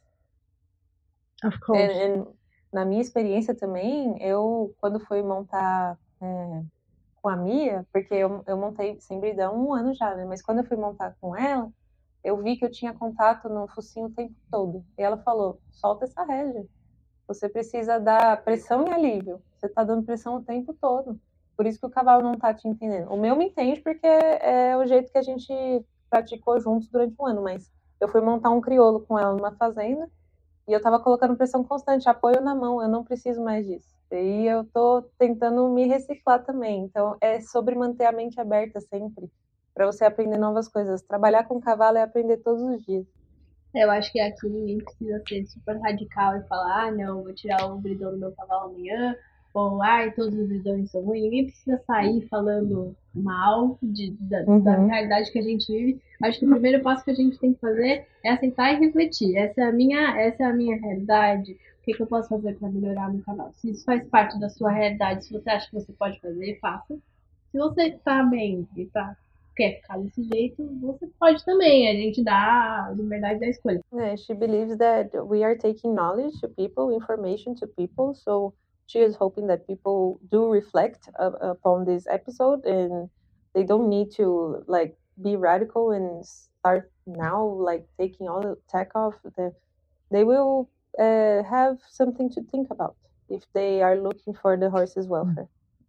[SPEAKER 3] Of course.
[SPEAKER 2] And, and na minha experiência também, eu, quando fui montar é, com a Mia, porque eu, eu montei sem bridão um ano já, né? Mas quando eu fui montar com ela, eu vi que eu tinha contato no focinho o tempo todo. E ela falou, solta essa rédea. Você precisa dar pressão e alívio. Você tá dando pressão o tempo todo. Por isso que o cavalo não tá te entendendo. O meu me entende porque é o jeito que a gente praticou juntos durante um ano. Mas eu fui montar um crioulo com ela numa fazenda e eu tava colocando pressão constante, apoio na mão. Eu não preciso mais disso. E eu tô tentando me reciclar também. Então é sobre manter a mente aberta sempre. Para você aprender novas coisas. Trabalhar com cavalo é aprender todos os dias.
[SPEAKER 1] Eu acho que aqui ninguém precisa ser super radical e falar, ah, não, vou tirar o bridão do meu cavalo amanhã, ou, ai, todos os bridões são ruins. Ninguém precisa sair falando mal de, da,
[SPEAKER 2] Uhum.
[SPEAKER 1] da realidade que a gente vive. Acho que o primeiro passo que a gente tem que fazer é aceitar e refletir. Essa é a minha, essa é a minha realidade. O que, que eu posso fazer para melhorar meu cavalo? Se isso faz parte da sua realidade, se você acha que você pode fazer, faça. Se você está bem e tá, quer ficar desse jeito, você pode também. A gente dá a liberdade da escolha.
[SPEAKER 2] Yeah, she believes that we are taking knowledge to people, information to people. So she is hoping that people do reflect uh, upon this episode and they don't need to like be radical and start now like taking all the tech off. The, they will uh, have something to think about if they are looking for the horse's welfare.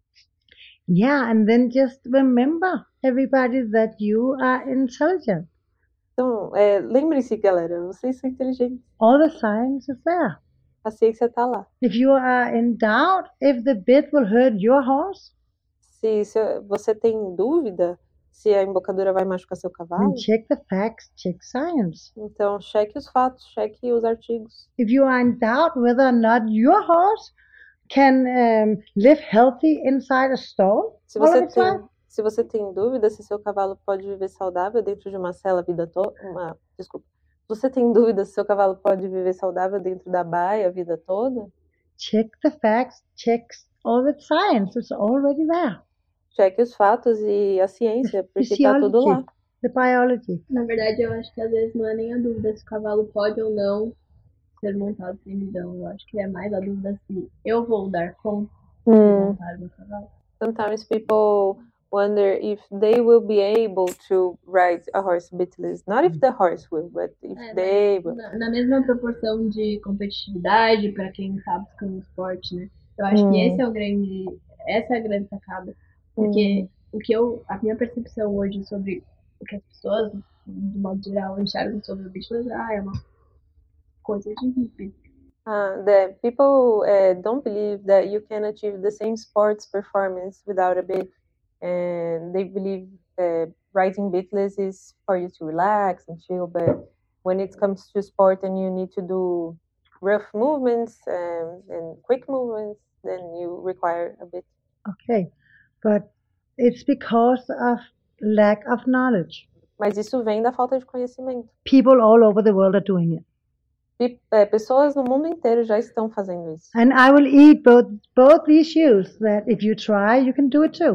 [SPEAKER 3] Yeah, and then just remember, everybody, that you are intelligent.
[SPEAKER 2] Então, é, lembrem-se, galera, vocês são inteligentes.
[SPEAKER 3] All the science is there.
[SPEAKER 2] A ciência tá lá.
[SPEAKER 3] If you are in doubt if the bit will hurt your horse,
[SPEAKER 2] Se, se você tem dúvida se a embocadura vai machucar seu cavalo,
[SPEAKER 3] then check the facts, check science.
[SPEAKER 2] então cheque os fatos, cheque os artigos.
[SPEAKER 3] If you are in doubt whether or not your horse can um, live healthy inside a stall,
[SPEAKER 2] Se
[SPEAKER 3] all
[SPEAKER 2] você
[SPEAKER 3] of its
[SPEAKER 2] tem,
[SPEAKER 3] life,
[SPEAKER 2] se você tem dúvida se seu cavalo pode viver saudável dentro de uma cela a vida toda, uma, desculpa. Se você tem dúvida se seu cavalo pode viver saudável dentro da baia a vida toda,
[SPEAKER 3] check the facts, check all the science. It's already there.
[SPEAKER 2] cheque os fatos e a ciência, porque tá tudo lá.
[SPEAKER 3] The biology.
[SPEAKER 1] Na verdade, eu acho que às vezes não é nem a dúvida se o cavalo pode ou não ser montado sem bridão. Eu acho que é mais a dúvida se eu vou dar conta de
[SPEAKER 2] Hum.
[SPEAKER 1] montar meu cavalo.
[SPEAKER 2] Sometimes people wonder if they will be able to ride a horse bitless. Not if the horse will, but if
[SPEAKER 1] É,
[SPEAKER 2] they
[SPEAKER 1] mas
[SPEAKER 2] will.
[SPEAKER 1] na, na mesma proporção de competitividade para quem tá buscando esporte, né? Eu acho
[SPEAKER 2] Hum.
[SPEAKER 1] que esse é o grande, essa é a grande sacada. Porque o que eu, a minha percepção hoje sobre o que as pessoas, de modo geral, enxergam sobre o bicho, ah, é uma coisa de hippie.
[SPEAKER 2] Uh, the people uh, don't believe that you can achieve the same sports performance without a bit, and they believe uh, riding bitless is for you to relax and chill. But when it comes to sport and you need to do rough movements um, and quick movements, then you require a bit.
[SPEAKER 3] Okay, but it's because of lack of knowledge.
[SPEAKER 2] Mas isso vem da falta de conhecimento.
[SPEAKER 3] People all over the world are doing it.
[SPEAKER 2] E, é, pessoas no mundo inteiro já estão fazendo isso.
[SPEAKER 3] And I will eat both both these shoes. That if you try, you can do it too.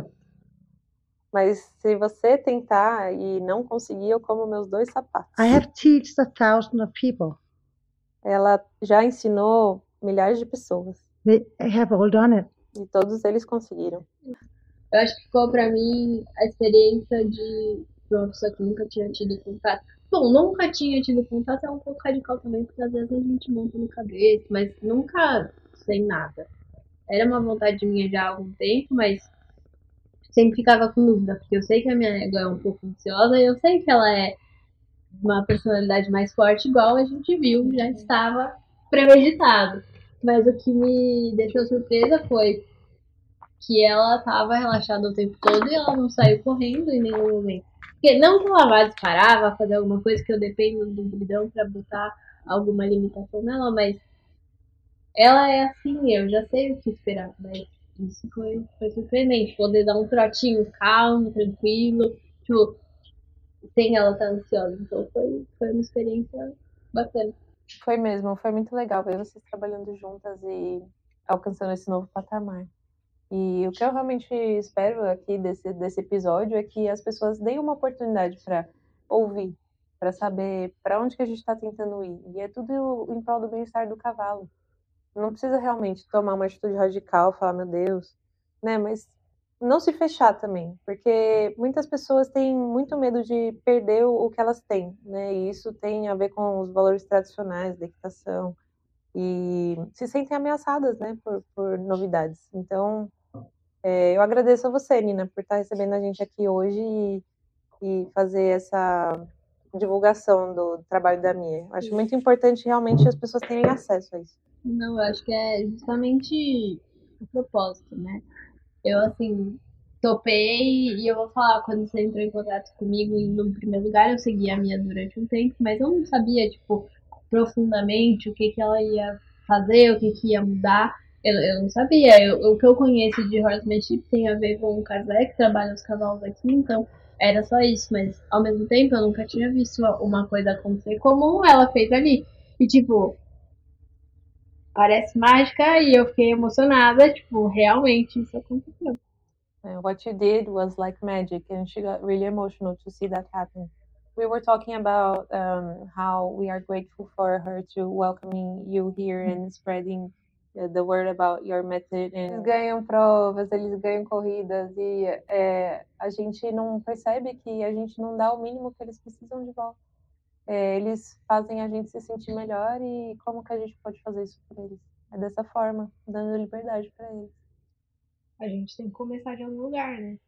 [SPEAKER 2] Mas se você tentar e não conseguir, eu como meus dois sapatos.
[SPEAKER 3] I have taught a thousand of people.
[SPEAKER 2] Ela já ensinou milhares de pessoas.
[SPEAKER 3] They have all done it.
[SPEAKER 2] E todos eles conseguiram.
[SPEAKER 1] Eu acho que ficou pra mim a experiência de uma pessoa que nunca tinha tido contato. Bom, nunca tinha tido contato é um pouco radical também, porque às vezes a gente monta no cabeça, mas nunca sem nada. Era uma vontade minha já há algum tempo, mas sempre ficava com dúvida, porque eu sei que a minha égua é um pouco ansiosa e eu sei que ela é uma personalidade mais forte, igual a gente viu, já estava premeditado. Mas o que me deixou surpresa foi que ela estava relaxada o tempo todo e ela não saiu correndo em nenhum momento. Porque não que ela vá disparar, vá fazer alguma coisa que eu dependo do bridão para botar alguma limitação nela, mas ela é assim, eu já sei o que esperar, mas isso foi, foi surpreendente, poder dar um trotinho calmo, tranquilo, tipo, sem ela estar ansiosa, então foi, foi uma experiência bacana.
[SPEAKER 2] Foi mesmo, foi muito legal ver vocês trabalhando juntas e alcançando esse novo patamar. E o que eu realmente espero aqui desse, desse episódio é que as pessoas deem uma oportunidade para ouvir, para saber para onde que a gente está tentando ir. E é tudo em prol do bem-estar do cavalo. Não precisa realmente tomar uma atitude radical, falar, meu Deus, né? Mas não se fechar também, porque muitas pessoas têm muito medo de perder o que elas têm, né? E isso tem a ver com os valores tradicionais da equitação e se sentem ameaçadas, né, por, por novidades. Então, é, eu agradeço a você, Nina, por estar recebendo a gente aqui hoje e, e fazer essa divulgação do trabalho da Mia. Acho muito importante realmente as pessoas terem acesso a isso.
[SPEAKER 1] Não, eu acho que é justamente o propósito, né? Eu, assim, topei e eu vou falar, quando você entrou em contato comigo, no primeiro lugar eu segui a Mia durante um tempo, mas eu não sabia, tipo, profundamente o que que ela ia fazer, o que que ia mudar. Eu, eu não sabia. Eu, o que eu conheço de horsemanship tem a ver com o Kazé, que trabalha os cavalos aqui, então era só isso, mas ao mesmo tempo eu nunca tinha visto uma coisa acontecer como ela fez ali. E tipo, parece mágica e eu fiquei emocionada, tipo, realmente isso aconteceu.
[SPEAKER 2] And what you did was like magic, and she got really emotional to see that happen. We were talking about um, how we are grateful for her to welcoming you here and spreading uh, the word about your method. And eles ganham provas, eles ganham corridas e é, a gente não percebe que a gente não dá o mínimo que eles precisam de volta. É, eles fazem a gente se sentir melhor e como que a gente pode fazer isso por eles? É dessa forma, dando liberdade para eles.
[SPEAKER 1] A gente tem que começar de algum lugar, né?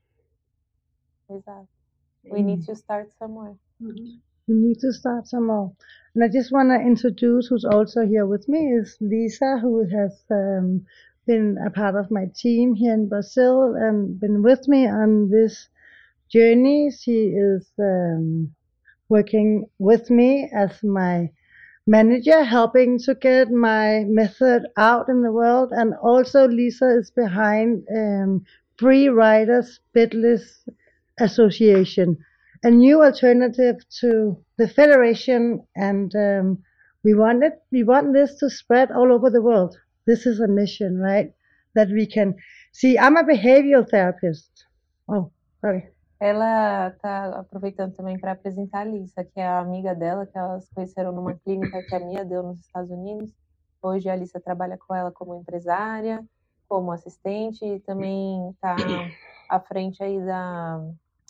[SPEAKER 2] Exato. We need to start somewhere.
[SPEAKER 3] We need to start somewhere. And I just want to introduce who's also here with me is Lisa, who has um, been a part of my team here in Brazil and been with me on this journey. She is um, working with me as my manager, helping to get my method out in the world. And also Lisa is behind um, Free Riders Bitless Association, a new alternative to the federation, and um, we want it. We want this to spread all over the world. This is a mission, right? That we can see. I'm a behavioral therapist. Oh, sorry.
[SPEAKER 2] Ela está aproveitando também para apresentar a Lisa, que é a amiga dela, que elas conheceram numa clínica que a Mia deu nos Estados Unidos. Hoje a Lisa trabalha com ela como empresária, como assistente e também está à frente aí da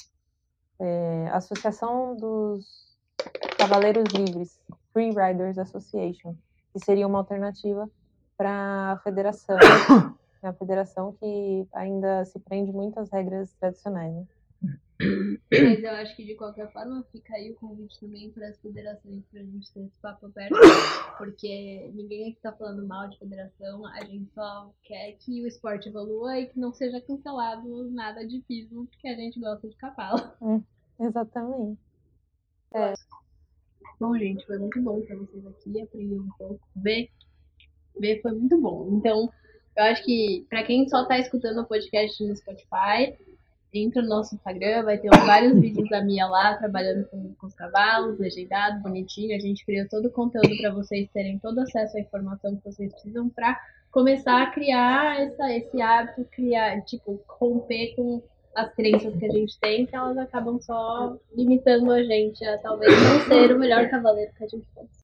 [SPEAKER 2] é, Associação dos Cavaleiros Livres, Free Riders Association, que seria uma alternativa para a federação, a federação que ainda se prende muito às regras tradicionais, né?
[SPEAKER 1] Mas eu acho que de qualquer forma fica aí o convite também para as federações pra gente ter esse papo aberto, porque ninguém aqui tá falando mal de federação, a gente só quer que o esporte evolua e que não seja cancelado nada de pismo, porque a gente gosta de cavalo.
[SPEAKER 2] Hum, exatamente. É.
[SPEAKER 1] Bom, gente, foi muito bom para vocês aqui, aprender um pouco, ver, ver foi muito bom. Então, eu acho que para quem só tá escutando o podcast no Spotify, entra no nosso Instagram, vai ter vários vídeos da Mia lá, trabalhando com, com os cavalos, legendado, bonitinho. A gente criou todo o conteúdo para vocês terem todo acesso à informação que vocês precisam para começar a criar essa, esse hábito, criar, tipo, romper com as crenças que a gente tem, que elas acabam só limitando a gente a talvez não ser o melhor cavaleiro que a gente pode ser.